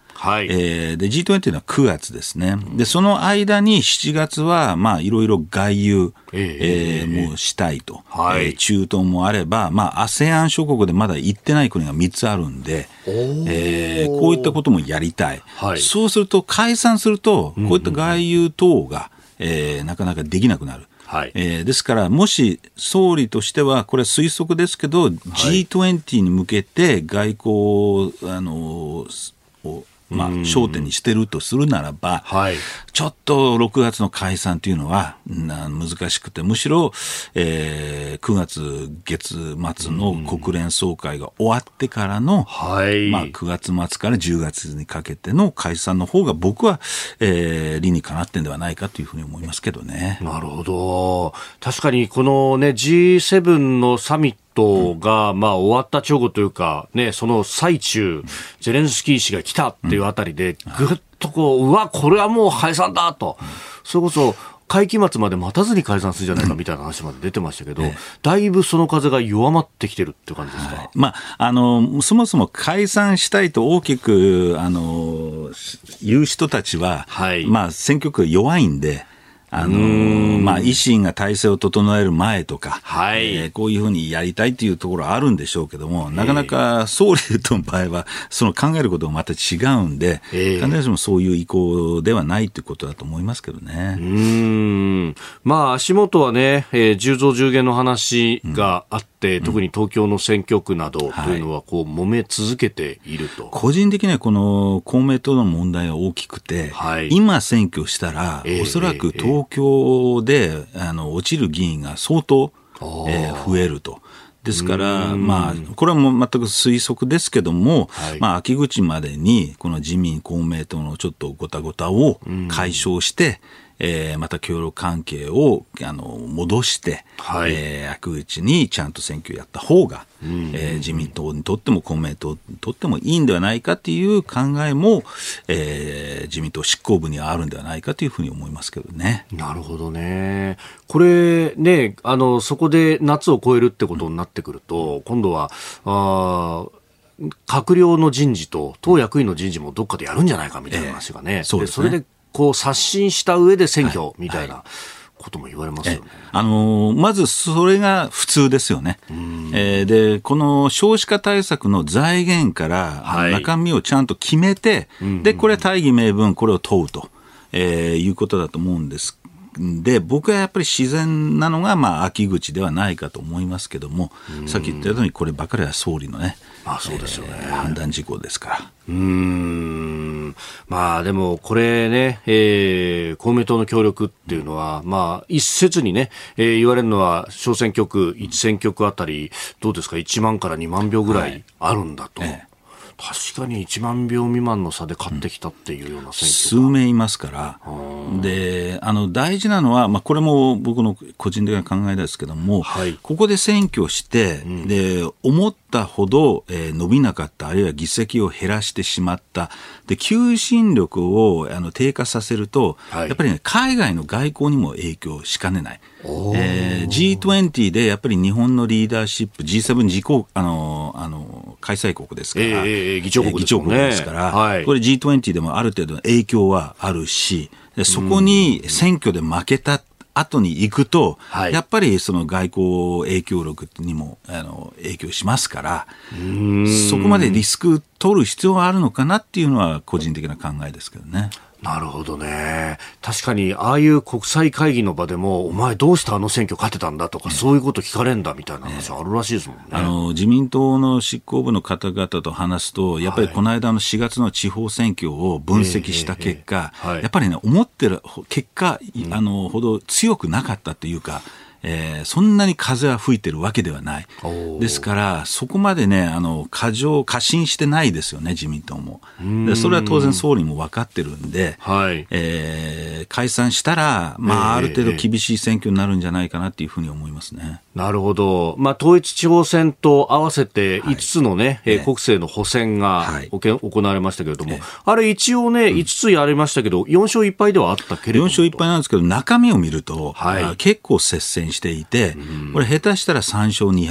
はい、 えー、で ジートゥエンティー はくがつですね。でその間にしちがつはまあいろいろ外遊、えーえー、もしたいと、 はい、 えー、中東もあれば、まあ、アセアン 諸国でまだ行ってない国がみっつあるんで、えー、こういったこともやりたい、はい、そうすると解散するとこういった外遊等が、えー、なかなかできなくなる。はいえー、ですから、もし総理としては、これは推測ですけど、はい、ジートゥエンティー に向けて外交あのを、まあ、焦点にしてるとするならば、はい、ちょっとろくがつの解散というのは難しくて、むしろ、えー、くがつ月末の国連総会が終わってからの、はいまあ、くがつ末からじゅうがつにかけての解散の方が僕は、えー、理にかなってんではないかというふうに思いますけどね。 なるほど。確かにこの、ね、ジーセブン のサミットが、まあ、終わった直後というか、ね、その最中、ゼレンスキー氏が来たっていうあたりで、ぐっとこう、うわ、これはもう解散だと、それこそ会期末まで待たずに解散するんじゃないかみたいな話まで出てましたけど、だいぶその風が弱まってきてるっていう感じですか。はいまあ、あのそもそも解散したいと大きくあの言う人たちは、はいまあ、選挙区弱いんで、あのーまあ、維新が体制を整える前とか、はいえー、こういうふうにやりたいというところはあるんでしょうけども、なかなか総理との場合はその考えることがまた違うんで、必ずしもそういう意向ではないということだと思いますけどね。 うーんまあ、足元はね、えー、じゅう増じゅう減の話があって、うん、特に東京の選挙区などというのはこう揉め続けていると、はい、 個人的にはこの公明党の問題は大きくて、はい、今選挙したら、えー、おそらく東京であの落ちる議員が相当、えー、増えると。ですから、まあ、これはもう全く推測ですけども、はいまあ、秋口までにこの自民公明党のちょっとごたごたを解消して、えー、また協力関係をあの戻して、はいえー、秋口にちゃんと選挙やった方が、うんえー、自民党にとっても公明党にとってもいいんではないかという考えも、えー、自民党執行部にはあるんではないかというふうに思いますけどね。 なるほどね。これね、あのそこで夏を超えるってことになってくると、うん、今度はあ閣僚の人事と党役員の人事もどっかでやるんじゃないかみたいな話がね、えー、そうですね。でそれでこう刷新した上で選挙みたいな、はいはいことも言われますよね。 あのー、まずそれが普通ですよね。えー、でこの少子化対策の財源から、はい、中身をちゃんと決めて、でこれ大義名分これを問うと、えー、いうことだと思うんですで、僕はやっぱり自然なのが、まあ、秋口ではないかと思いますけども、さっき言ったようにこればかりは総理のね、 まあそうですよね、 えー、判断事項ですから。 うーんまあでもこれね、えー、公明党の協力っていうのは、まあ一説にね、えー、言われるのは小選挙区いち選挙区あたりどうですかいちまんからにまん票ぐらいあるんだと、はいええ確かにいちまん票未満の差で勝ってきたっていうような選挙が、うん、 数名いますからであの大事なのは、まあ、これも僕の個人的な考えですけども、はい、ここで選挙して、うん、で思ったほど、えー、伸びなかったあるいは議席を減らしてしまったで求心力をあの低下させると、はい、やっぱり、ね、海外の外交にも影響しかねない。えー、ジートゥエンティー でやっぱり日本のリーダーシップ ジーセブン 自公あのあの開催国ですから、 えー、議長国ですもんね、 議長国ですから、はい、これ ジートゥエンティー でもある程度の影響はあるしでそこに選挙で負けた後に行くと、はい、やっぱりその外交影響力にもあの影響しますからそこまでリスク取る必要があるのかなっていうのは個人的な考えですけどね。 なるほどね。確かにああいう国際会議の場でもお前どうしてあの選挙勝てたんだとか、ね、そういうこと聞かれんだみたいな話あるらしいですもんね。 あの自民党の執行部の方々と話すとやっぱりこの間のしがつの地方選挙を分析した結果、えーえーはい、やっぱりね思ってる結果、うん、あのほど強くなかったというかえー、そんなに風は吹いてるわけではない。ですからそこまでねあの過剰過信してないですよね自民党も。でそれは当然総理も分かってるんで、はいえー、解散したら、まあ、ある程度厳しい選挙になるんじゃないかなっていうふうに思いますね。 なるほど、まあ、統一地方選と合わせていつつの、ねはい、国政の補選が、はい、行われましたけれども、あれ一応ね、うん、いつつやりましたけどよん勝いっ敗ではあったけれどもよん勝いっ敗なんですけど中身を見ると、はい、結構接戦していて、これ下手したらさん勝に敗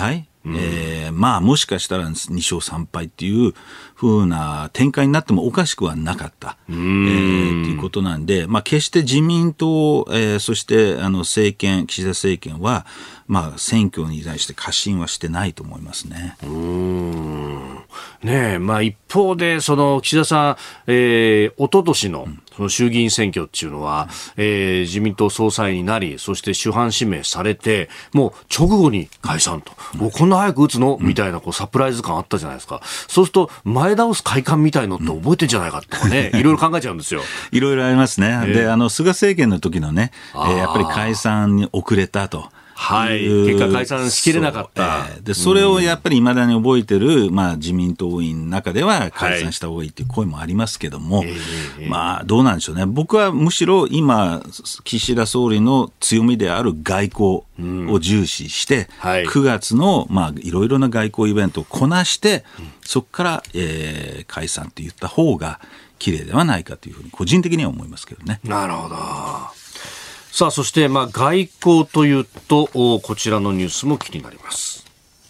えー、まあもしかしたらにしょうさんぱいっていう風な展開になってもおかしくはなかった、えー、ということなんで、まあ決して自民党、えー、そしてあの政権、岸田政権はまあ選挙に対して過信はしてないと思いますね。 うーんねえ、まあ一方でその岸田さん、えー、一昨年のその衆議院選挙っていうのは、えー、自民党総裁になり、そして主犯指名されて、もう直後に解散と、もうこんな早く打つのみたいなこうサプライズ感あったじゃないですか。そうすると前倒す快感みたいのって覚えてんじゃないかとかね、いろいろ考えちゃうんですよ。 いろいろありますね。えー、で、あの菅政権の時のね、えー、やっぱり解散に遅れたと。 はい、結果解散しきれなかった。 そ, えー、でそれをやっぱり未だに覚えてる、まあ、自民党員の中では解散した方がいいという声もありますけども、はい、まあどうなんでしょうね。僕はむしろ今岸田総理の強みである外交を重視して、うんはい、くがつのまあいろいろな外交イベントをこなして、うん、そこから、えー、解散といった方が綺麗ではないかというふうに個人的には思いますけどね。 なるほど。さあそしてまあ外交というとこちらのニュースも気になります。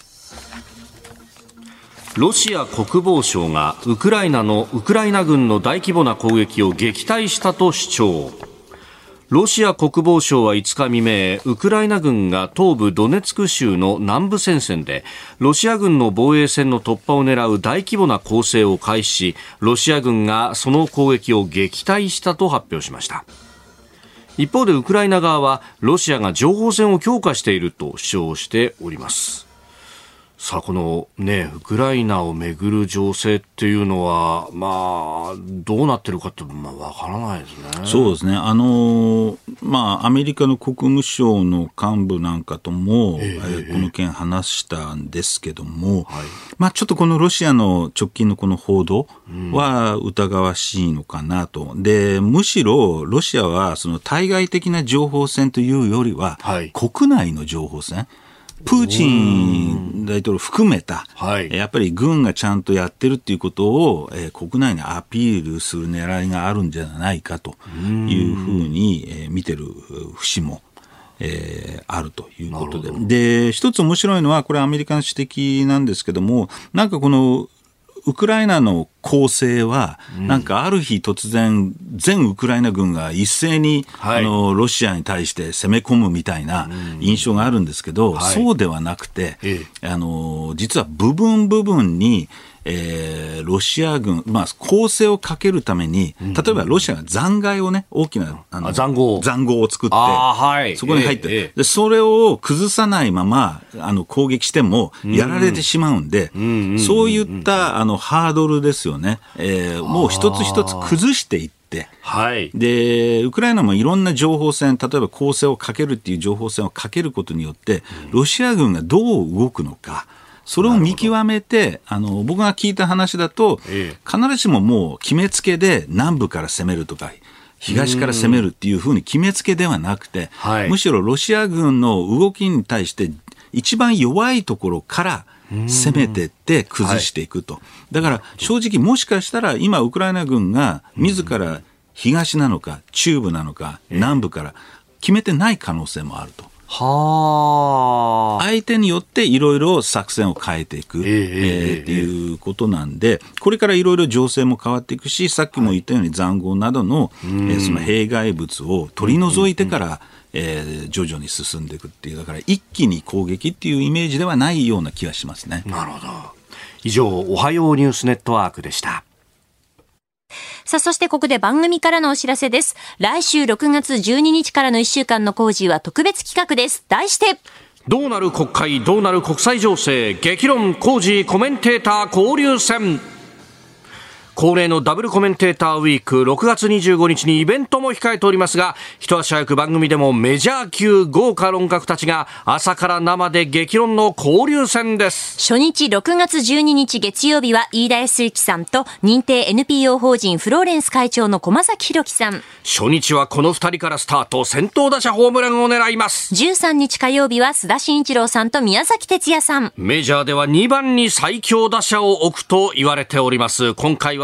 ロシア国防省がウクライナのウクライナ軍の大規模な攻撃を撃退したと主張。ロシア国防省はいつか未明、ウクライナ軍が東部ドネツク州の南部戦線でロシア軍の防衛線の突破を狙う大規模な攻勢を開始し、ロシア軍がその攻撃を撃退したと発表しました。一方でウクライナ側はロシアが情報戦を強化していると主張しております。さあこのねウクライナをめぐる情勢っていうのはまあどうなってるかってまあわからないですね。 そうですね。あのまあアメリカの国務省の幹部なんかとも、えーえー、この件話したんですけども、はい、まあちょっとこのロシアの直近のこの報道は疑わしいのかなと。でむしろロシアはその対外的な情報戦というよりは、はい、国内の情報戦。プーチン大統領含めた、はい、やっぱり軍がちゃんとやってるっていうことを、えー、国内にアピールする狙いがあるんじゃないかというふうに、えー、見てる節も、えー、あるということで。で、一つ面白いのは、これアメリカの指摘なんですけども、なんかこのウクライナの攻勢は、なんかある日突然、全ウクライナ軍が一斉に、はい、あのロシアに対して攻め込むみたいな印象があるんですけど、はい、そうではなくて、ええ、あの実は部分部分に、えー、ロシア軍、まあ、攻勢をかけるために、例えばロシアが残骸をね、大きなあの塹壕塹壕を作って、 はい、 そこに入って、 ええ、 でそれを崩さないままあの攻撃してもやられてしまうんで、うん、そういったあのハードルですよね、えー、もう一つ一つ崩していって、はい、でウクライナもいろんな情報戦、例えば攻勢をかけるっていう情報戦をかけることによってロシア軍がどう動くのか、それを見極めて、あの僕が聞いた話だと、ええ、必ずしももう決めつけで南部から攻めるとか東から攻めるっていうふうに決めつけではなくて、はい、むしろロシア軍の動きに対して一番弱いところから攻めていって崩していくと、はい、だから正直もしかしたら今ウクライナ軍が自ら東なのか中部なのか南部から決めてない可能性もあると。はあ、相手によっていろいろ作戦を変えていく、えーえー、っていうことなんで、これからいろいろ情勢も変わっていくし、さっきも言ったように塹壕などの、はい、えー、その弊害物を取り除いてから、うんうん、えー、徐々に進んでいくっていう、だから一気に攻撃っていうイメージではないような気がしますね。 なるほど。以上、おはようニュースネットワークでした。 さあ、そしてここで番組からのお知らせです。来週ろくがつじゅうににちからのいっしゅうかんのコージーは特別企画です。題して、 どうなる国会、どうなる国際情勢、激論コージーコメンテーター交流戦。恒例のダブルコメンテーターウィーク、ろくがつにじゅうごにちにイベントも控えておりますが、一足早く番組でもメジャー級豪華論客たちが朝から生で激論の交流戦です。 初日ろくがつじゅうににち月曜日は飯田康之さんと認定 エヌピーオー 法人フローレンス会長の駒崎弘樹さん。 初日はこのふたりからスタート、先頭打者ホームランを狙います。 じゅうさんにち火曜日は須田慎一郎さんと宮崎哲也さん。 メジャーではにばんに最強打者を置くと言われております。今回は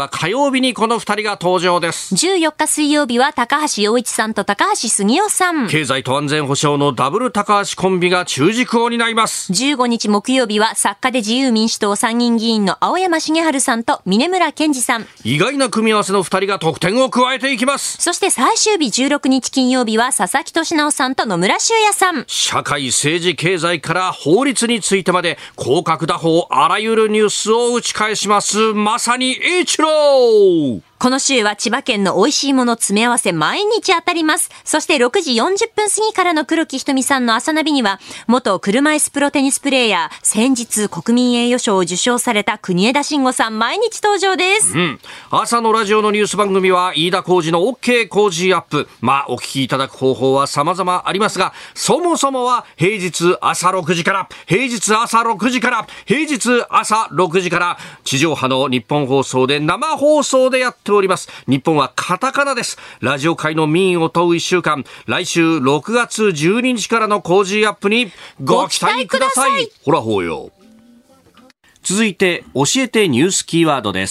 は火曜日にこのふたりが登場です。 じゅうよっか水曜日は高橋洋一さんと高橋杉雄さん。 経済と安全保障のダブル高橋コンビが中軸を担います。 じゅうごにち木曜日は作家で自由民主党参議院議員の青山茂春さんと峯村健二さん。 意外な組み合わせのふたりが得点を加えていきます。 そして最終日じゅうろくにち金曜日は佐々木俊直さんと野村修也さん。 社会政治経済から法律についてまで広角打法あらゆるニュースを打ち返します。まさに一郎。 この週は千葉県の美味しいもの詰め合わせ毎日当たります。そしてろくじよんじゅっぷん過ぎからの黒木ひとみさんの朝ナビには、元車椅子プロテニスプレーヤー、先日国民栄誉賞を受賞された国枝慎吾さん毎日登場です。 うん。朝のラジオのニュース番組は飯田浩司の OK 工事アップ。まあお聞きいただく方法は様々ありますが、そもそもは平日朝ろくじから、平日朝ろくじから、平日朝ろくじから、地上波の日本放送で生放送でやっております。日本はカタカナです。ラジオ界の民意を問ういっしゅうかん、来週ろくがつじゅうににちからの工事アップにご期待ください。 ご期待ください。 ほらほうよ。続いて教えてニュースキーワードです。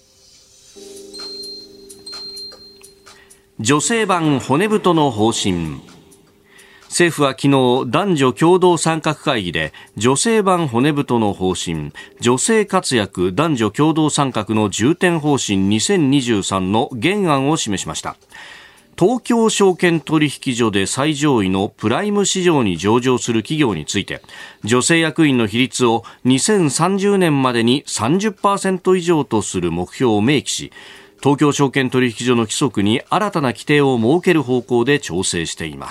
女性版骨太の方針。政府は昨日男女共同参画会議で女性版骨太の方針、女性活躍男女共同参画の重点方針にせんにじゅうさんの原案を示しました。東京証券取引所で最上位のプライム市場に上場する企業について、女性役員の比率をにせんさんじゅうねんまでに さんじゅっパーセント 以上とする目標を明記し、東京証券取引所の規則に新たな規定を設ける方向で調整しています。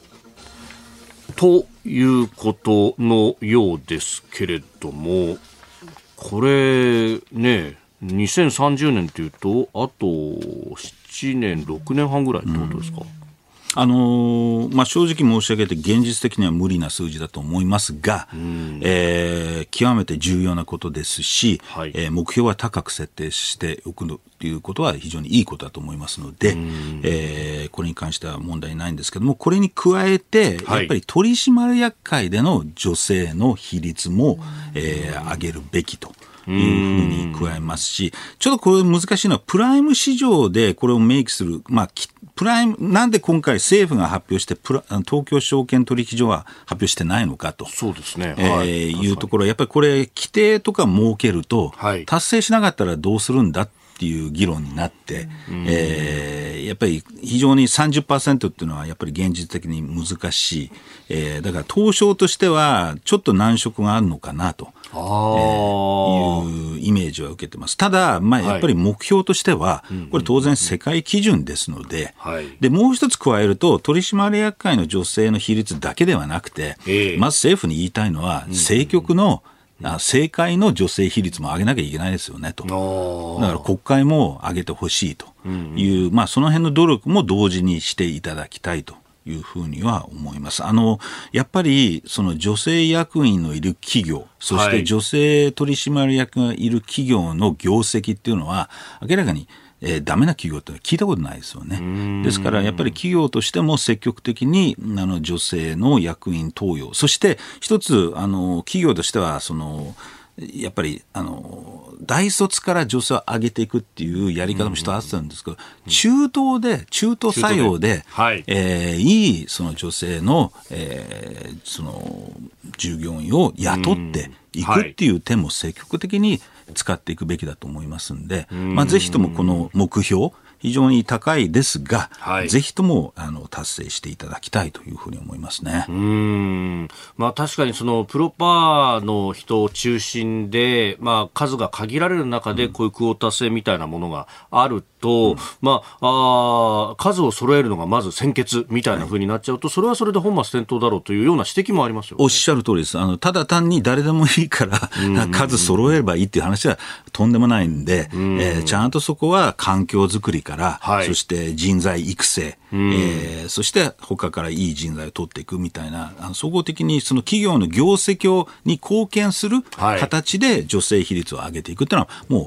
ということのようですけれども、これね、にせんさんじゅうねんというとあとななねんろくねんはんぐらいってことですか。うん、 あのーまあ、正直申し上げて現実的には無理な数字だと思いますが、えー、極めて重要なことですし、はい、えー、目標は高く設定しておくということは非常にいいことだと思いますので、えー、これに関しては問題ないんですけども、これに加えてやっぱり取締役会での女性の比率も、えー、上げるべきというふうに加えますし、ちょっとこれ難しいのはプライム市場でこれを明記する、まあ、プライムなんで今回政府が発表してプラ東京証券取引所は発表してないのかと、 そうですね、 えーはい、いうところはやっぱりこれ規定とか設けると、はい、達成しなかったらどうするんだっていう議論になって、えー、やっぱり非常に さんじゅっパーセント っていうのはやっぱり現実的に難しい、えー、だから東証としてはちょっと難色があるのかなと、あ、えー、いうイメージは受けてます。ただ、まあ、やっぱり目標としては、はい、これ当然世界基準ですので、はい、でもう一つ加えると取締役会の女性の比率だけではなくて、えー、まず政府に言いたいのは政局の政界の女性比率も上げなきゃいけないですよねと。だから国会も上げてほしいという、うん、まあ、その辺の努力も同時にしていただきたいというふうには思います。あのやっぱりその女性役員のいる企業、そして女性取締役がいる企業の業績っていうのは明らかにえー、ダメな企業って聞いたことないですよね。ですからやっぱり企業としても積極的にあの女性の役員登用、そして一つあの企業としてはそのやっぱりあの大卒から女性を上げていくっていうやり方も一つあったんですけど、中東で中途採用で、はい、えー、いいその女性の、えー、その従業員を雇っていくっていう点も積極的に使っていくべきだと思いますんで、まあ、ぜひともこの目標非常に高いですが、はい、ぜひともあの達成していただきたいというふうに思いますね。 うーん、まあ、確かにそのプロパーの人を中心で、まあ、数が限られる中でこういうクオータ制みたいなものがあると、うん、まあ、あ数を揃えるのがまず先決みたいな風になっちゃうと、はい、それはそれで本末転倒だろうというような指摘もありますよね。 おっしゃる通りです。あのただ単に誰でもいいから数揃えればいいっていう話はとんでもないんで、うんえー、ちゃんとそこは環境づくりから、はい、そして人材育成、うんえー、そして他からいい人材を取っていくみたいな、あの総合的にその企業の業績に貢献する形で女性比率を上げていくというのはもう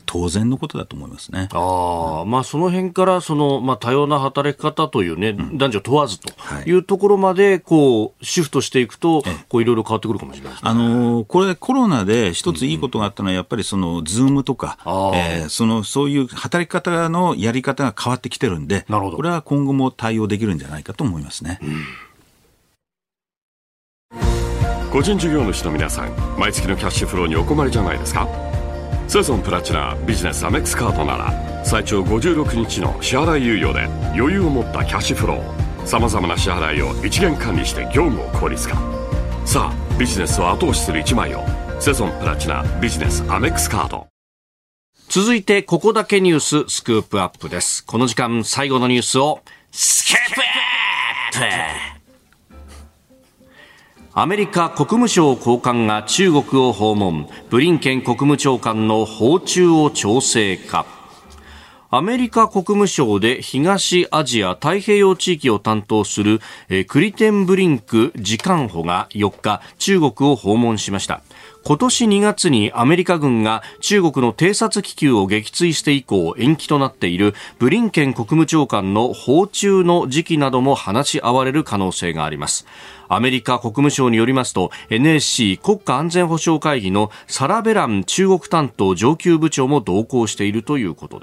当然のことだと思いますね。 あ、まあ、その辺からその、まあ、多様な働き方というね、うん、男女問わずというところまでこうシフトしていくと、こういろいろ変わってくるかもしれないですね。 あのー、これコロナで一ついいことがあったのは、やっぱりそのズームとか、えー、そのそういう働き方のやり方が変わってきてるんで、これは今後も対応できるんじゃないかと思いますね。うん、 個人事業主の皆さん、毎月のキャッシュフローにお困りじゃないですか。セゾンプラチナビジネスアメックスカードなら最長ごじゅうろくにちの支払い猶予で余裕を持ったキャッシュフロー、さまざまな支払いを一元管理して業務を効率化。さあビジネスを後押しする一枚を、セゾンプラチナビジネスアメックスカード。 続いてここだけニューススクープアップです。この時間最後のニュースをスクープアップ。アメリカ国務省高官が中国を訪問。ブリンケン国務長官の訪中を調整か。アメリカ国務省で東アジア太平洋地域を担当するクリテンブリンク次官補がよっか中国を訪問しました。今年にがつにアメリカ軍が中国の偵察気球を撃墜して以降延期となっているブリンケン国務長官の訪中の時期なども話し合われる可能性があります。アメリカ国務省によりますと エヌエスシー 国家安全保障会議のサラ・ベラン中国担当上級部長も同行しているということです。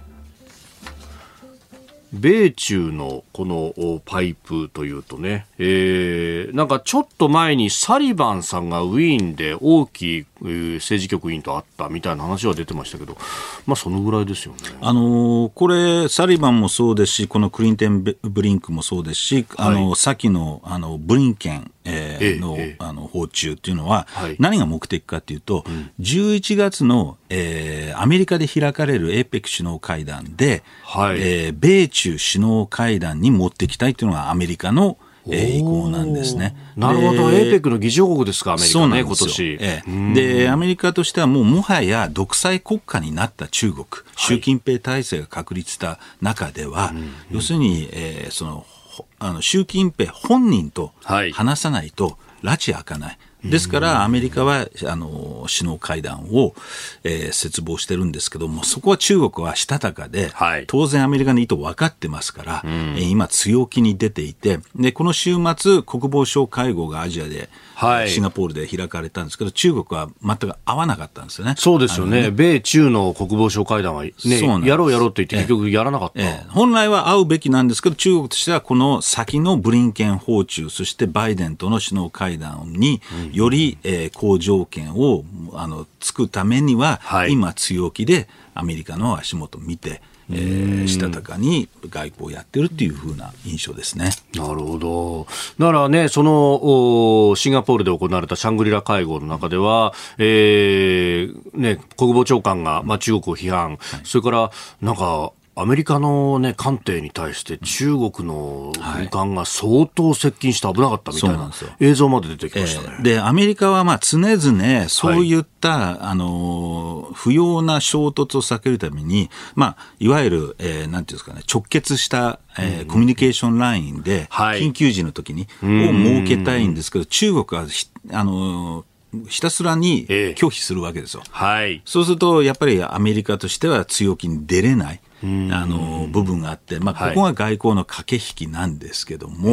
米中のこのパイプというとね、えー、なんかちょっと前にサリバンさんがウィーンで王毅、えー、政治局委員と会ったみたいな話は出てましたけど、まあそのぐらいですよね。 あのー、これサリバンもそうですし、このクリンテンブリンクもそうですし、はい、あの先のあのブリンケンえー、の、ええ、あの訪中というのは、はい、何が目的かというと、うん、じゅういちがつの、えー、アメリカで開かれる エーペック 首脳会談で、はいえー、米中首脳会談に持ってきたいというのがアメリカのえー、意向なんですね。 なるほど、エーペック の議長国ですか、アメリカね、今年。 えー、で、アメリカとしてはもうもはや独裁国家になった中国、習近平体制が確立した中では、はい、要するに、えー、そのあの習近平本人と話さないと拉致開かない。ですからアメリカはあの首脳会談を、えー、切望してるんですけども、そこは中国はしたたかで、はい、当然アメリカの意図分かってますから、うんえー、今強気に出ていて、でこの週末国防相会合がアジアで、はい、シンガポールで開かれたんですけど、中国は全く合わなかったんですよね。 そうですよね。ね米中の国防相会談は、ね、やろうやろうと言って結局やらなかった、えーえー、 本来は会うべきなんですけど、中国としてはこの先のブリンケン訪中、そしてバイデンとの首脳会談に、うんより、えー、好条件をあのつくためには、はい、今強気でアメリカの足元を見て、えー、したたかに外交をやってるっていう風な印象ですね。 なるほど。だからね、そのシンガポールで行われたシャングリラ会合の中では、えーね、国防長官が、まあ、中国を批判、はい、それからなんかアメリカの、ね、艦艇に対して中国の軍艦が相当接近して危なかったみたいな映像まで出てきましたね。 えー、でアメリカはまあ常々そういった、はい、あの不要な衝突を避けるために、まあ、いわゆる、えー、なんていうんですかね、直結したえー、コミュニケーションラインで緊急時の時に、はい、を設けたいんですけど、中国はあのひたすらに拒否するわけですよ。えーはい、そうするとやっぱりアメリカとしては強気に出れないあの部分があって、まあ、ここが外交の駆け引きなんですけども、はい、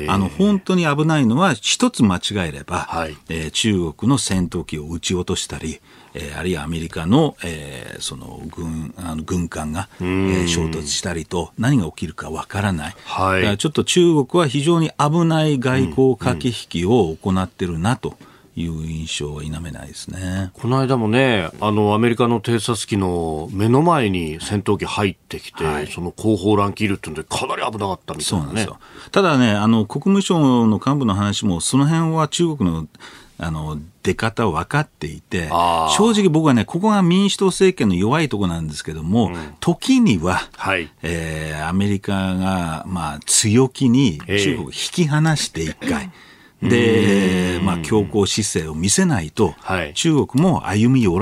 あの本当に危ないのは一つ間違えれば、はいえー、中国の戦闘機を撃ち落としたり、えー、あるいはアメリカの、えー、その 軍, あの軍艦が、えー、衝突したりと何が起きるかわからない、はい、だからちょっと中国は非常に危ない外交駆け引きを行ってるなという印象は否めないですね。 この間もね、あのアメリカの偵察機の目の前に戦闘機入ってきて、はい、その後方乱切るっていうんでかなり危なかったみたいなね。そうなんですよ。 ただね、あの国務省の幹部の話もその辺は中国のあの出方を分かっていて、正直僕はね、ここが民主党政権の弱いところなんですけども、うん、時には、はいえー、アメリカが、まあ、強気に中国を引き離して一回、で、まあ、強硬姿勢を見せないと、はい、中国も歩み寄らない。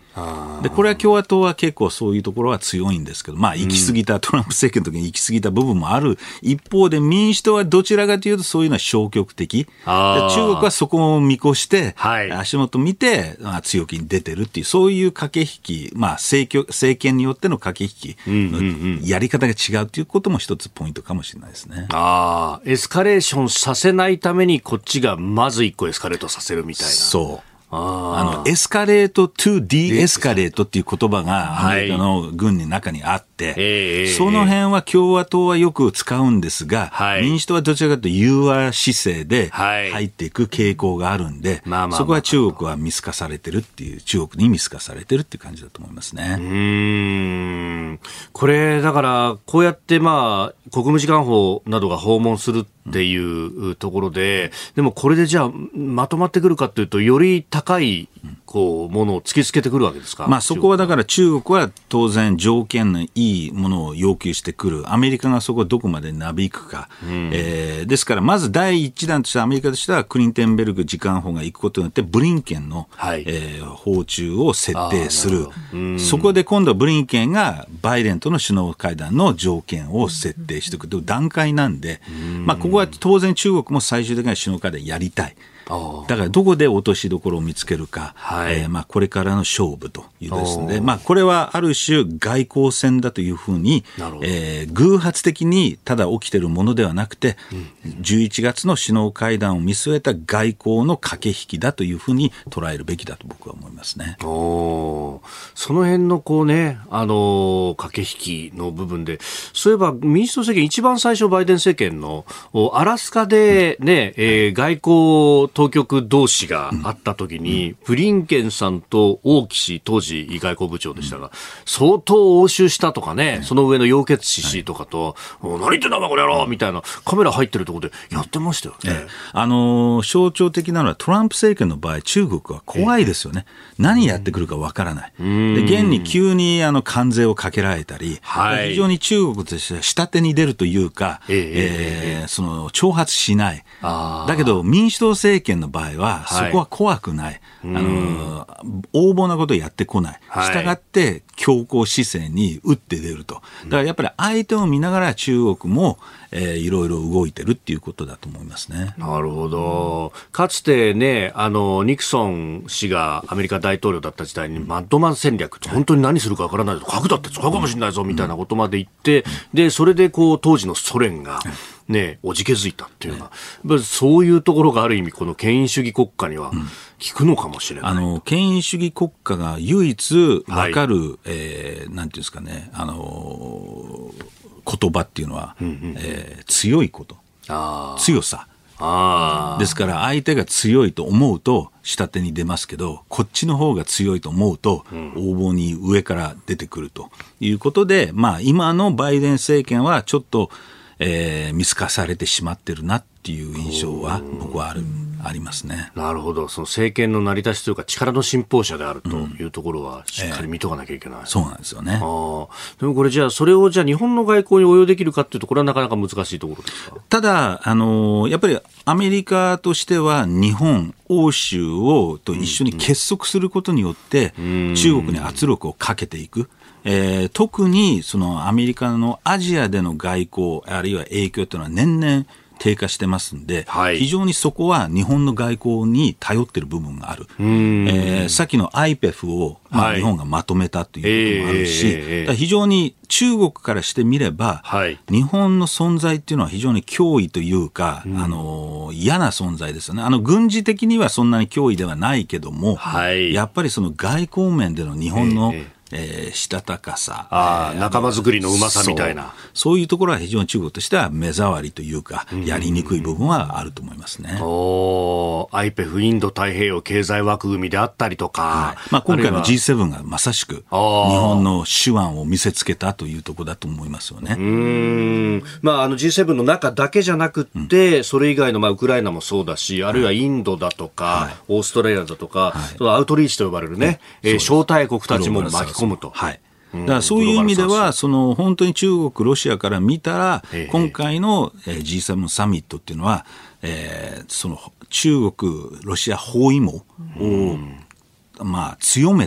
でこれは共和党は結構そういうところは強いんですけど、まあ、行き過ぎた、うん、トランプ政権の時に行き過ぎた部分もある一方で、民主党はどちらかというとそういうのは消極的で、中国はそこを見越して、はい、足元見て、まあ、強気に出てるっていう、そういう駆け引き、まあ、政局、政権によっての駆け引きのやり方が違うということも一つポイントかもしれないですね。 あエスカレーションさせないためにこっちがまず一個エスカレートさせるみたいな。 そうあのエスカレート to ディエスカレートっていう言葉がアメリカの軍の中にあって、はい、その辺は共和党はよく使うんですが、はい、民主党はどちらかというと融和姿勢で入っていく傾向があるんで、はい、そこは中国は見透かされてるっていう、中国に見透かされてるっていう感じだと思いますね。 うーんこれだからこうやってまあ国務次官補などが訪問するっていうところで、でもこれでじゃあまとまってくるかというと、より高いこうものを突きつけてくるわけですか。 まあ、そこはだから中国は当然条件のいいものを要求してくる。アメリカがそこをどこまでなびくか、うんえー、ですからまず第一弾としてアメリカとしてはクリンテンベルグ次官補が行くことによってブリンケンの、はいえー、訪中を設定する。るそこで今度はブリンケンがバイデンとの首脳会談の条件を設定していくという段階なんで、まあ、ここは当然中国も最終的には首脳会談やりたい。だからどこで落としどころを見つけるか、はいえーまあ、これからの勝負というですので、まあ、これはある種外交戦だというふうに、えー、偶発的にただ起きているものではなくて、うん、じゅういちがつの首脳会談を見据えた外交の駆け引きだというふうに捉えるべきだと僕は思いますね。 おその辺のこうね、あの駆け引きの部分で、そういえば民主党政権一番最初バイデン政権のアラスカでね、うんえー、外交当局同士があったときに、うん、ブリンケンさんと王毅氏、当時外交部長でしたが、うん、相当応酬したとかね、うん、その上の楊潔チ氏とかと、はい、何言ってんだこれやろみたいなカメラ入ってるところでやってましたよね。 あのー、象徴的なのはトランプ政権の場合、中国は怖いですよね。何やってくるかわからない。で現に急にあの関税をかけられたり、はい、非常に中国としては下手に出るというか、えーえー、その挑発しない。だけど民主党政権の場合はそこは怖くない、はい、あの横暴なことをやってこない、はい、したがって強硬姿勢に打って出ると。だからやっぱり相手を見ながら中国も、えー、いろいろ動いてるっていうことだと思いますね。 なるほど。かつてね、あのニクソン氏がアメリカ大統領だった時代にマッドマン戦略、本当に何するかわからないと、核だって使うかもしれないぞみたいなことまで言って、でそれでこう当時のソ連がね、おじけづいたっていうのは、ね、そういうところがある意味この権威主義国家には効くのかもしれない、 うん、あの権威主義国家が唯一分かる、はいえー、なんていうんですかね、あの言葉っていうのは、うんうんえー、強いこと、あ強さあですから、相手が強いと思うと下手に出ますけど、こっちの方が強いと思うと、うん、横暴に上から出てくるということで、まあ、今のバイデン政権はちょっとえー、見透かされてしまってるなっていう印象は僕はあるありますね。 なるほど。その政権の成り立ちというか力の信奉者であるというところはしっかり見とかなきゃいけない、 えー、そうなんですよね。あでもこれじゃあそれをじゃあ日本の外交に応用できるかというと、これはなかなか難しいところですか。 ただあのー、やっぱりアメリカとしては日本欧州をと一緒に結束することによって中国に圧力をかけていく。えー、特にそのアメリカのアジアでの外交あるいは影響というのは年々低下してますんで、はい、非常にそこは日本の外交に頼っている部分がある。えー、さっきの アイペフ を、まあはい、日本がまとめたということもあるし、えー、非常に中国からしてみれば、はい、日本の存在っていうのは非常に脅威というか、うん、あの嫌な存在ですよね。あの軍事的にはそんなに脅威ではないけども、はい、やっぱりその外交面での日本の、えーえー、したたかさ、 あ、えー、仲間作りのうまさみたいな、 そう、そういうところは非常に中国としては目障りというか、うん、やりにくい部分はあると思いますね。 お アイペフ インド太平洋経済枠組みであったりとか、はいまあ、今回の ジーセブン がまさしく日本の手腕を見せつけたというところだと思いますよね。 うーん、まあ、あの ジーセブン の中だけじゃなくって、うん、それ以外の、まあ、ウクライナもそうだし、あるいはインドだとか、はい、オーストラリアだとか、はい、そのアウトリーチと呼ばれるね、えー、招待国たちも巻き込むと。 はい、だからそういう意味ではその本当に中国、ロシアから見たら今回の ジーセブン サミットっていうのは、えー、その中国、ロシア包囲網をまあ強めたと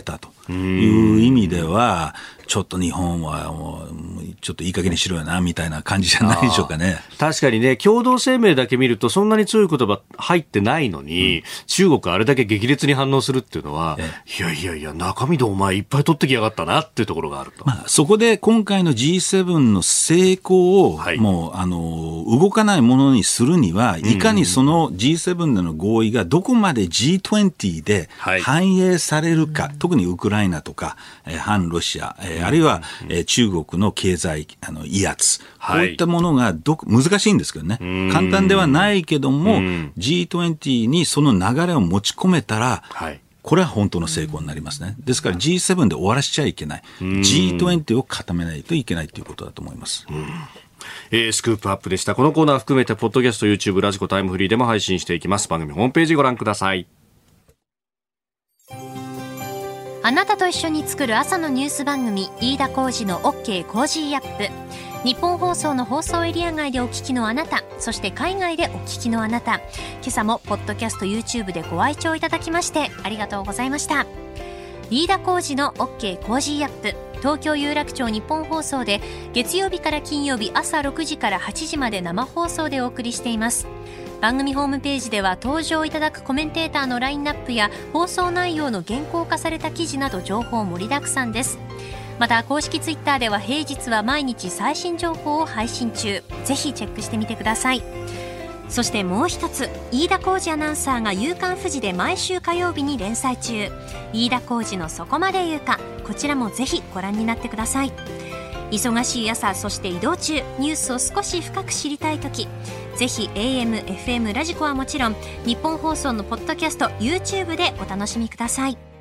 いう意味では、ちょっと日本はもうちょっといい加減にしろよなみたいな感じじゃないでしょうかね。 確かにね、共同声明だけ見るとそんなに強い言葉入ってないのに、うん、中国あれだけ激烈に反応するっていうのは、ええ、いやいやいや中身でお前いっぱい取ってきやがったなっていうところがあると、 まあ、そこで今回の ジーセブン の成功を、はい、もうあの動かないものにするにはいかにその ジーセブン での合意がどこまで ジートゥエンティー で反映されるか、はい、特にウクライナとか、えー、反ロシア、えー、あるいは、えー、中国の経済あの威圧、こういったものがど難しいんですけどね、簡単ではないけども ジートゥエンティー にその流れを持ち込めたら、はい、これは本当の成功になりますね。ですから ジーセブン で終わらせちゃいけない、 ジートゥエンティー を固めないといけないということだと思います。 えー、スクープアップでした。このコーナー含めてポッドキャスト、 YouTube、 ラジコ、タイムフリーでも配信していきます。番組ホームページご覧ください。 あなたと一緒に作る朝のニュース番組、飯田浩司の OK コージーアップ。日本放送の放送エリア外でお聞きのあなた、そして海外でお聞きのあなた、今朝もポッドキャスト YouTube でご愛聴いただきましてありがとうございました。飯田浩司の OK コージーアップ、東京有楽町日本放送で月曜日から金曜日朝ろくじからはちじまで生放送でお送りしています。番組ホームページでは登場いただくコメンテーターのラインナップや放送内容の原稿化された記事など情報盛りだくさんです。また公式ツイッターでは平日は毎日最新情報を配信中、ぜひチェックしてみてください。そしてもう一つ、飯田浩司アナウンサーが夕刊フジで毎週火曜日に連載中、飯田浩司のそこまで言うか、こちらもぜひご覧になってください。忙しい朝、そして移動中、ニュースを少し深く知りたいとき、ぜひ エーエム、エフエム、ラジコはもちろん日本放送のポッドキャスト YouTube でお楽しみください。